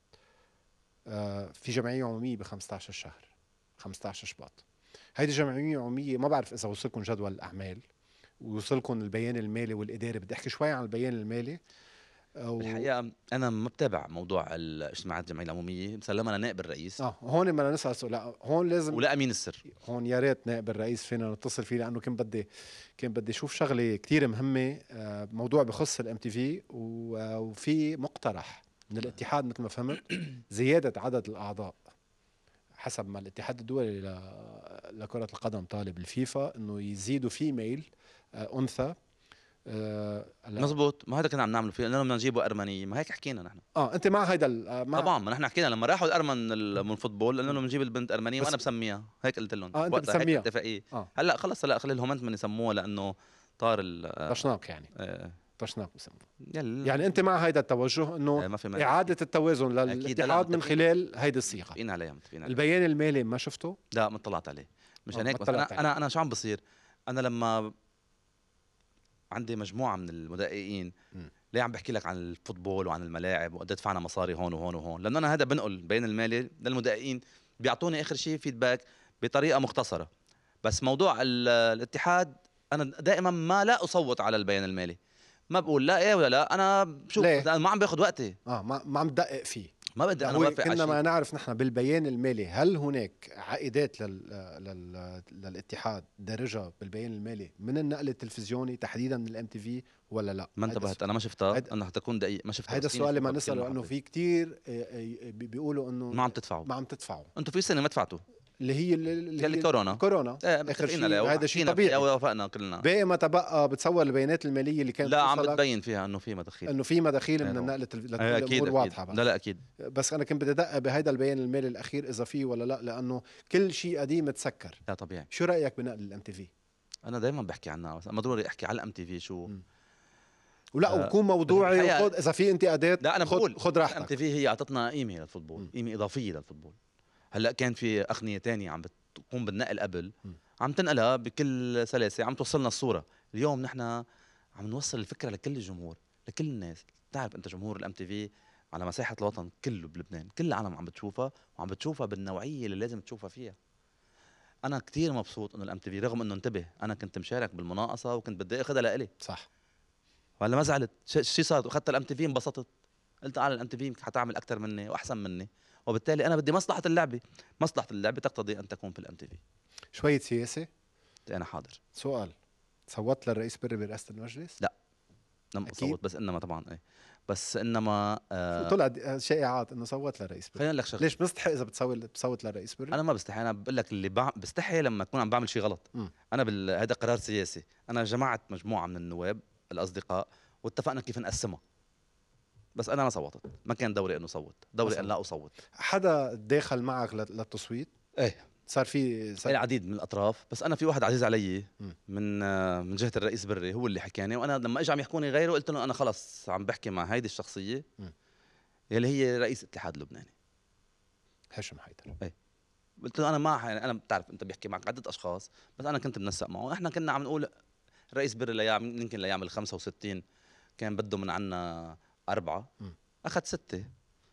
في جمعيه عموميه ب 15 الشهر، 15 شباط. هيدي جمعيه عموميه، ما بعرف اذا وصلكم جدول الاعمال ووصلكم البيان المالي والاداري. بدي احكي شوي عن البيان المالي. الحقيقه انا ما بتابع موضوع الاجتماعات الجمعيه العموميه، مسلمها لنائب الرئيس. هون بدنا نسال سؤال. لا هون لازم، ولا امين السر. هون يا ريت نائب الرئيس فينا نتصل فيه، لانه كان بدي اشوف شغله كثير مهمه. موضوع بخص الام تي في، وفي مقترح من الاتحاد مثل ما فهمت زياده عدد الاعضاء حسب ما الاتحاد الدولي لكره القدم طالب الفيفا انه يزيدوا فيميل انثى. مزبوط، ما هذا كنا عم نعمله فيه، لانه بدنا نجيبه ارمنيه، ما هيك حكينا نحن. انت مع هيدا طبعا، ما نحن حكينا لما راحوا الارمن من الفوتبول قلنا لهم نجيب البنت ارمنيه وانا بسميها هيك، قلت لهم انت بتسميها اتفاقيه. هلا خلص، هلا خلي لهم انت من يسموها لانه طار طشناق يعني. طشناق بسموه. يعني انت مع هيدا التوجه انه اعاده التوازن للاتحاد من خلال هيدي الصيغه. متفقين عليها. البيان المالي ما شفته؟ لا ما اطلعت عليه. مشان هيك انا شو عم بصير، انا لما عندي مجموعه من المدققين ليه عم بحكي لك عن الفوتبول وعن الملاعب وقد دفعنا مصاري هون وهون وهون، لانه انا هذا بنقل البيان المالي للمدققين، بيعطوني اخر شيء فيدباك بطريقه مختصره. بس موضوع الاتحاد انا دائما ما لا اصوت على البيان المالي، ما بقول لا ايه ولا لا، انا بشوف ما عم باخذ وقتي. ما عم دقق فيه. ما بدي انا هو وافق على كنا ما شيء. نعرف نحن بالبيان المالي هل هناك عائدات للاتحاد درجها بالبيان المالي من النقل التلفزيوني تحديدا من الام تي في ولا لا؟ ما انتبهت، انا ما شفتها، هيدا انا حتكون دقيق ما شفتها. هيدا بس فيني السؤال اللي ما اشوفها بكل نساله، انه محبه. في كتير بيقولوا انه ما عم تدفعوا، ما عم تدفعوا، انتم في سنه ما دفعتوا اللي يلي هي كورونا. الكورونا. ايه اخر متفقين عليها شيء هذا شيء وحكينا فيها طبيعي. ووافقنا كلنا. باقي ما تبقى بتصور البيانات الماليه اللي كانت لا عم توصلك بتبين فيها انه في مداخيل. انه في مداخيل ايه من طبعا. النقل ايه اكيد الامور اكيد. واضحه. لا لا اكيد. بس انا كنت بدي ادقق بهيدا البيان المالي الاخير اذا فيه ولا لا، لانه كل شيء قديم تسكر. لا طبيعي. شو رايك بنقل الام تي في؟ انا دائما بحكي عنها، بس ما ضروري احكي على الام تي في شو. ولا وكون موضوعي وخذ اذا في انتقادات. لا انا بقول خذ الام تي راحتك. في هي اعطتنا قيمه للفوتبول، قيمه اضافيه للفوتبول. هلا كان في اغنيه تانية عم بتقوم بالنقل قبل، عم تنقلها بكل سلاسه، عم توصلنا الصوره. اليوم نحن عم نوصل الفكره لكل الجمهور، لكل الناس. بتعرف انت جمهور الام تي في على مساحه الوطن كله بلبنان، كل العالم عم بتشوفها، وعم بتشوفها بالنوعيه اللي لازم تشوفها فيها. انا كتير مبسوط انه الام تي في، رغم انه انتبه انا كنت مشارك بالمناقصه وكنت بدي اخذها لإلي. صح. ولا ما زعلت شي صار، اخذت الام تي في انبسطت، قلت على الام تي في حتعمل اكثر مني واحسن مني، وبالتالي انا بدي مصلحه اللعبه. مصلحه اللعبه تقتضي ان تكون في الام تي في. شويه سياسه. انا حاضر. سؤال، صوت للرئيس بري برئاسه المجلس؟ لا لم اصوت، بس انما طبعا ايه، بس انما طلع شائعات انه صوت للرئيس بري. خليني اقول لك شغله. ليش بنستحي اذا بتصوت للرئيس بري؟ انا ما بستحي، انا بقول لك اللي بستحي لما اكون عم بعمل شيء غلط. انا هذا قرار سياسي، انا جمعت مجموعه من النواب الاصدقاء واتفقنا كيف نقسمها، بس انا ما صوتت، ما كان دوري انه صوت، دوري ان لا اصوت. حدا داخل معك للتصويت؟ ايه صار في العديد من الاطراف، بس انا في واحد عزيز علي من جهه الرئيس بري هو اللي حكاني، وانا لما اجى عم يحكوني غيره قلت له انا خلص عم بحكي مع هيدي الشخصيه يلي هي رئيس الاتحاد اللبناني هاشم حيدر. ايه قلت له انا ما يعني انا بتعرف انت بيحكي معك عده اشخاص، بس انا كنت منسق معه. احنا كنا عم نقول رئيس بري يمكن ليعمل 65، كان بده من عنا 4، اخذ 6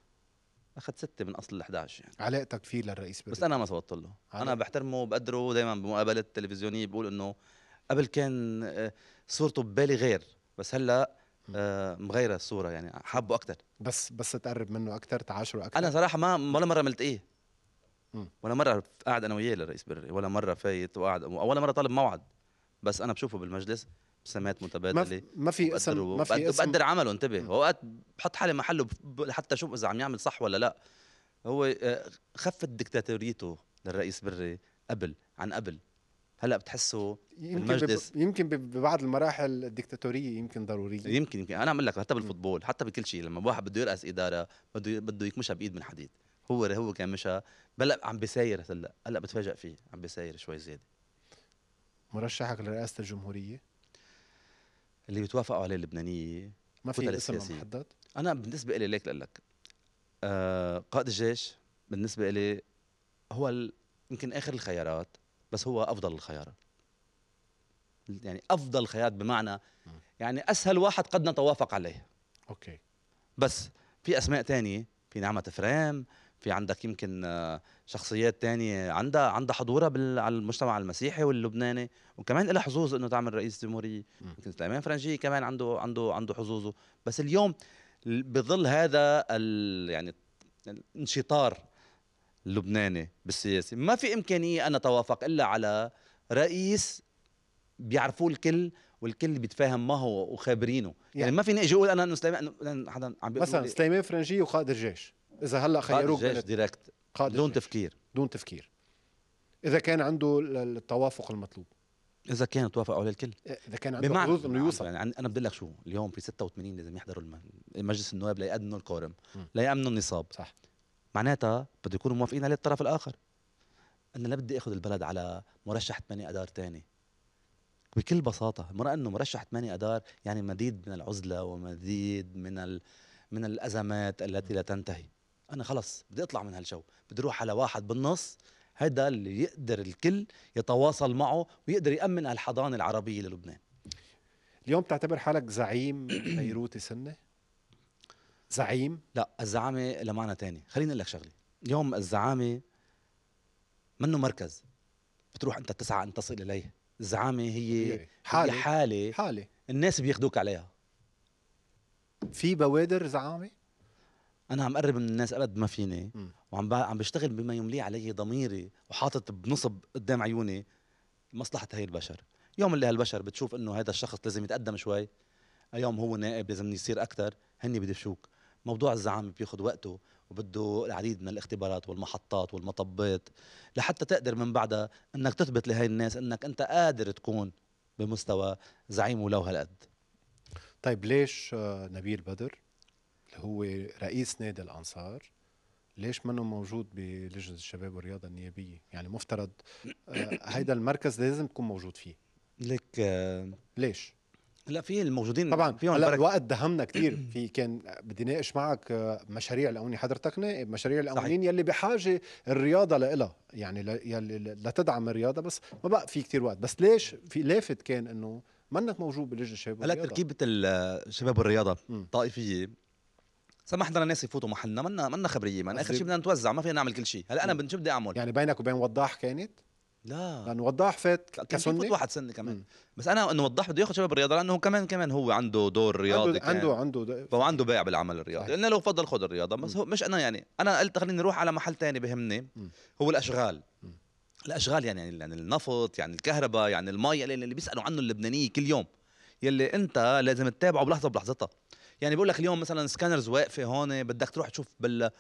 من اصل ال 11 يعني. علاقتك فيه للرئيس بري؟ بس انا ما صوتت له، انا بحترمه وبقدره. دائما بمقابلات تلفزيونيه بقول انه قبل كان صورته ببالي غير، بس هلا مغيره الصوره، يعني حابه اكثر. بس تقرب منه اكثر، تعاشره اكثر. انا صراحه ما ولا مره ملتقيه، ولا مره قاعد انا وياه للرئيس بري، ولا مره فايت وقاعد، ولا مره طالب موعد. بس انا بشوفه بالمجلس بسمات متبادله، ما في اسم، ما في اسم. بقدر عمله. انتبه، اوقات بحط حالي محله حتى اشوف اذا عم يعمل صح ولا لا. هو خفت دكتاتوريته للرئيس بري قبل عن قبل، هلا بتحسه بالمجلس يمكن ببعض المراحل الدكتاتوريه يمكن ضروريه. يمكن انا عم لك حتى بالفوتبول، حتى بكل شيء، لما واحد بده يرأس اداره بده يكمشها بايد من حديد. هو كان مشى بلا عم بيساير. هلا بتفاجئ فيه عم بيساير شوي زياده. مرشحك لرئاسه الجمهوريه اللي بيتوافقوا عليه اللبنانيه ما في اسم محدد؟ انا بالنسبه لي ليك اقول لك قائد الجيش بالنسبه لي هو يمكن اخر الخيارات، بس هو افضل الخيارات. يعني افضل خيارات بمعنى يعني اسهل واحد قد نتوافق عليه. اوكي. بس في اسماء تانية، في نعمة فريم، في عندك يمكن شخصيات تانية عندها حضورها على المجتمع المسيحي واللبناني، وكمان لها حظوظ انه تعمل رئيس جمهورية. يمكن سليمان فرنجي كمان عنده حظوظه. بس اليوم بظل هذا يعني الانشطار اللبناني بالسياسة ما في إمكانية أن نتوافق إلا على رئيس بيعرفوه الكل والكل بيتفاهم معه وخابرينه. يعني ما فيني اجي اقول انا انه سليمان حدا عم بيقول مثلا سليمان فرنجي وقائد الجيش، اذا هلا خيروك قائد الجيش ديريكت بدون تفكير، دون تفكير، اذا كان عنده التوافق المطلوب، اذا كان توافقوا عليه الكل، اذا كان عنده حظوظ انه يوصل. يعني انا بدي لك شو، اليوم في 86 لازم يحضروا مجلس النواب ليقدموا الكورم، ليأمنوا النصاب. صح. معناتها بده يكونوا موافقين عليه الطرف الاخر. انا لا بدي اخذ البلد على مرشح 8 اذار ثاني بكل بساطه، مرة انه مرشح 8 اذار يعني مزيد من العزله ومزيد من الازمات التي لا تنتهي. انا خلص بدي اطلع من هالجو، بدي اروح على واحد بالنص، هذا اللي يقدر الكل يتواصل معه ويقدر يأمن الحضانه العربيه للبنان. اليوم بتعتبر حالك زعيم بيروتي سنه؟ زعيم؟ لا، الزعامه لمعنى تاني. خليني اقول لك شغله، اليوم الزعامه منه مركز بتروح انت تسعى ان تصل اليه. الزعامه هي حاله الناس بياخدوك عليها. في بوادر زعامه؟ انا عم قرب من الناس قد ما فيني، مم. عم بشتغل بما يملي علي ضميري، وحاطط بنصب قدام عيوني مصلحة هاي البشر. يوم اللي هالبشر بتشوف انه هذا الشخص لازم يتقدم شوي، يوم هو نائب لازم يصير اكثر، هني بدفشوك. موضوع الزعامة بياخذ وقته، وبده العديد من الاختبارات والمحطات والمطبات لحتى تقدر من بعدها انك تثبت لهي الناس انك انت قادر تكون بمستوى زعيم ولو هالقد. طيب ليش نبيل بدر اللي هو رئيس نادي الأنصار ليش منه موجود بلجنة الشباب والرياضة النيابية؟ يعني مفترض هيدا المركز لازم تكون موجود فيه. لك ليش؟ لا، في الموجودين طبعا فيهم هلا بركة. الوقت دهمنا كتير في كان بدي ناقش معك مشاريع القوانين، حضرتك نائب مشاريع صحيح. القوانين يلي بحاجة الرياضة لإلها، يعني يلي لتدعم الرياضة، بس ما بقى في كتير وقت. بس ليش في لافت كان انه منك موجود بلجنة الشباب هلا والرياضة؟ تركيبة الشباب والرياضة مم. طائفية، سمحنا للناس يفوتوا محلنا، منا خبريه، ما اخر قصدي شيء بدنا نتوزع، ما فينا نعمل كل شيء. هلا انا شو بدي اعمل؟ يعني بينك وبين وضاح كانت، لا، لانه وضاح فات كان في فوت كسنة. واحد سنه كمان. مم. بس انا انه وضح بده ياخذ شباب الرياضه، لانه كمان هو عنده دور رياضي كان، فهو عنده صحيح باع بالعمل الرياضي. صحيح. قلنا له فضل خذ الرياضه، مم. بس هو مش انا، يعني انا قلت خليني نروح على محل تاني بهمني، مم. هو الاشغال. مم. الاشغال يعني النفط، يعني الكهرباء، يعني المي اللي بيسالوا عنه اللبنانيه كل يوم، يلي انت لازم تتابعه بلحظه بلحظتها. يعني بيقول لك اليوم مثلا سكانرز واقفه هون، بدك تروح تشوف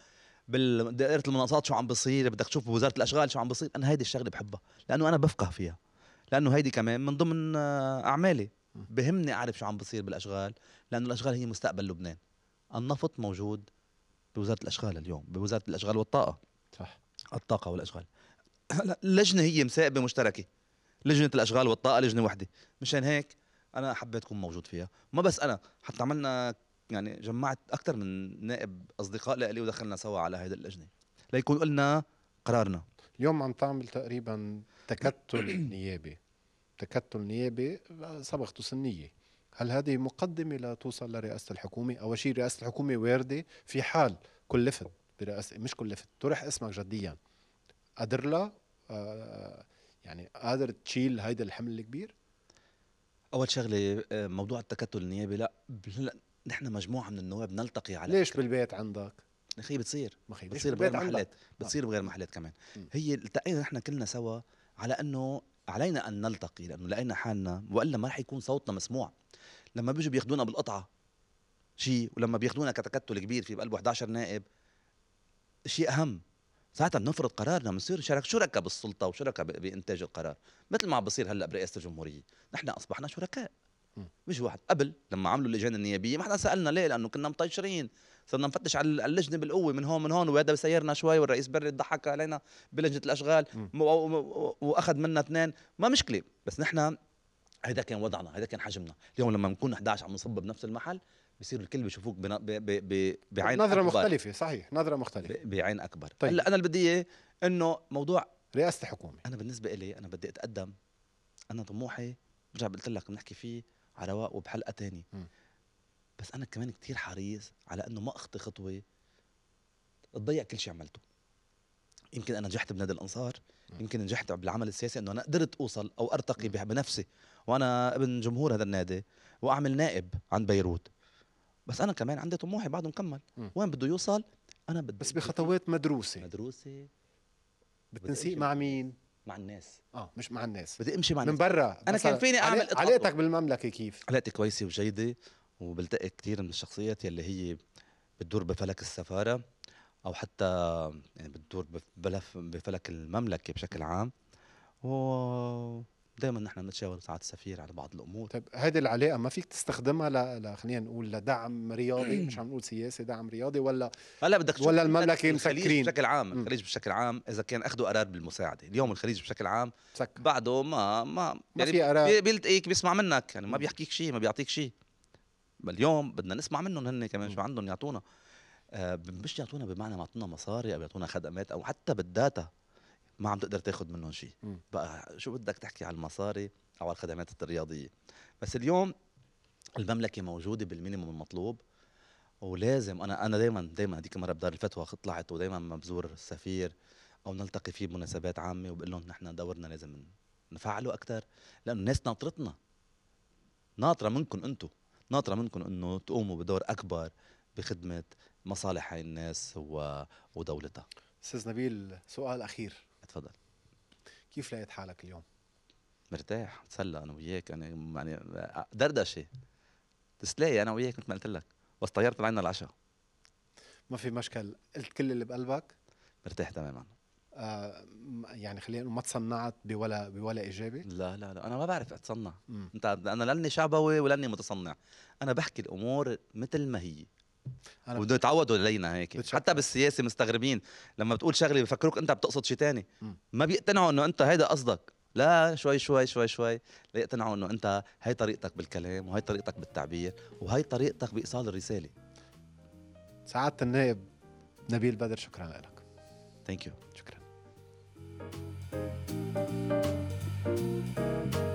بالدائرة المناقصات شو عم بصير، بدك تشوف بوزارة الأشغال شو عم بصير. أنا هيدي الشغلة بحبها، لأنه أنا بفقه فيها، لأنه هيدي كمان من ضمن أعمالي. مم. بهمني أعرف شو عم بصير بالأشغال، لأنه الأشغال هي مستقبل لبنان. النفط موجود بوزارة الأشغال اليوم، بوزارة الأشغال والطاقة. صح. الطاقة والأشغال. هلا اللجنة هي مساقبة مشتركة، لجنة الأشغال والطاقة لجنة وحدة. مشان هيك أنا حبيت أكون موجود فيها. ما بس أنا، حتى عملنا يعني جمعت أكثر من نائب أصدقاء لإلي ودخلنا سوا على هذه اللجنة ليكون قلنا قرارنا. اليوم عم تعمل تقريبا تكتل نيابي، تكتل نيابي صبغته سنية. هل هذه مقدمة لتوصل لرئاسة الحكومة؟ أول شيء رئاسة الحكومة واردة في حال كلفت برئاسة، مش كلفت طرح اسمك جديا، قادر لها يعني قادر تشيل هيدا الحمل الكبير؟ أول شغلة موضوع التكتل النيابي، لا، نحن مجموعة من النواب نلتقي على ليش فكرة. بالبيت عندك؟ أخي بتصير، مخي ليش بتصير بغير بالبيت عندك؟ محلات، بتصير بغير محلات كمان. م. هي التقينا نحن كلنا سوا على أنه علينا أن نلتقي، لأنه لقينا حالنا وإلا ما رح يكون صوتنا مسموع. لما بيجوا بياخدونا بالقطعة شيء، ولما بياخدونا كتكتل كبير في بقلبه 11 نائب شيء أهم. ساعتها بنفرض قرارنا، بنصير شركاء بالسلطة وشركاء بإنتاج القرار، مثل ما عم بصير هلا برئاسة الجمهورية. نحن أصبحنا شركاء. م. مش واحد قبل لما عملوا اللجان النيابيه ما حدا سالنا ليه، لانه كنا مطيشرين، صرنا نفتش على اللجنه بالقوه من هون من هون، وهذا بسيرنا شوي، والرئيس بري ضحك علينا بلجنه الاشغال م. واخذ منا اثنين، ما مشكله. بس نحن هذا كان وضعنا، هذا كان حجمنا. اليوم لما نكون 11 عم نصب بنفس المحل، بصير الكل بيشوفوك بعين نظرة اكبر، مختلفة. صحيح نظرة مختلفة. بعين اكبر. طيب هلا انا اللي بدي اياه انه موضوع، رئاسة الحكومة، انا بالنسبه لي انا بدي اتقدم. انا طموحي برجع قلت لك بنحكي فيه على رواق وبحلقه تاني، م. بس انا كمان كتير حريص على انه ما اخطي خطوه تضيع كل شيء عملته. يمكن انا نجحت بنادي الانصار، يمكن نجحت بالعمل السياسي، انه انا قدرت اوصل او ارتقي بنفسي، وانا ابن جمهور هذا النادي، واعمل نائب عن بيروت. بس انا كمان عندي طموحي بعده مكمل. وين بده يوصل؟ انا بدي بس أمشي فيه بخطوات مدروسة. مدروسه. بالتنسيق مع مين؟ مع الناس. مش مع الناس، بدي امشي مع من الناس. برا. انا كان فيني اعمل علاقتك بالمملكة كيف؟ علاقتي كويسه وجيده، وبلتقي كثير من الشخصيات يلي هي بتدور بفلك السفاره، او حتى يعني بتدور بفلك المملكه بشكل عام. ودائما نحن بنتشاور ساعات السفير على بعض الامور. طيب هذه العلاقة ما فيك تستخدمها خلينا نقول لدعم رياضي، مش عم نقول سياسي، دعم رياضي، ولا هلا بدك تشوف ولا عندك المملكة الخليج مسكرين؟ بشكل عام، الخليج بشكل عام اذا كان اخذوا قرار بالمساعده. اليوم الخليج بشكل عام مسكر، بعده ما ما يعني في قرار. بيلتقيك بيسمع منك، يعني ما بيحكيك شيء، ما بيعطيك شيء. اليوم بدنا نسمع منهم هن كمان شو عندهم يعطونا. مش يعطونا بمعنى ما يعطونا مصاري او يعطونا خدمات، او حتى بالداتا ما عم تقدر تاخذ منهم شيء. بقى شو بدك تحكي على المصاري او على الخدمات الرياضيه. بس اليوم المملكه موجوده بالمينيموم المطلوب. ولازم انا دائما هذيك مره بدار الفتوى طلعت، ودائما ما بزور السفير او نلتقي فيه بمناسبات عامه وبقول لهم نحن دورنا لازم نفعله اكثر، لانه الناس ناطرتنا، ناطره منكم انتم، ناطره منكم انه تقوموا بدور اكبر بخدمه مصالح هاي الناس ودولتها. استاذ نبيل، سؤال اخير، اتفضل. كيف لقيت حالك اليوم؟ مرتاح، تسلى انا وياك، يعني دردشه تسلاي انا وياك مثل ما قلت لك، بس طيرت طلعنا العشاء. ما في مشكل، قلت كل اللي بقلبك. مرتاح تماما. يعني خلينا نقول ما تصنعت بولا اجابه. لا لا لا، انا ما بعرف اتصنع. مم. انا لاني شعبوي ولاني متصنع، انا بحكي الامور مثل ما هي، انا وبده يتعودوا علينا هيك. بتشكر. حتى بالسياسه مستغربين لما بتقول شغله بفكروك انت بتقصد شيء تاني. مم. ما بيقتنعوا انه انت هيدا قصدك. لا، شوي شوي شوي شوي ليقتنعوا انه انت هاي طريقتك بالكلام، وهي طريقتك بالتعبير، وهي طريقتك بايصال الرساله. سعادة النائب نبيل بدر، شكرا لك. ثانك يو. شكرا.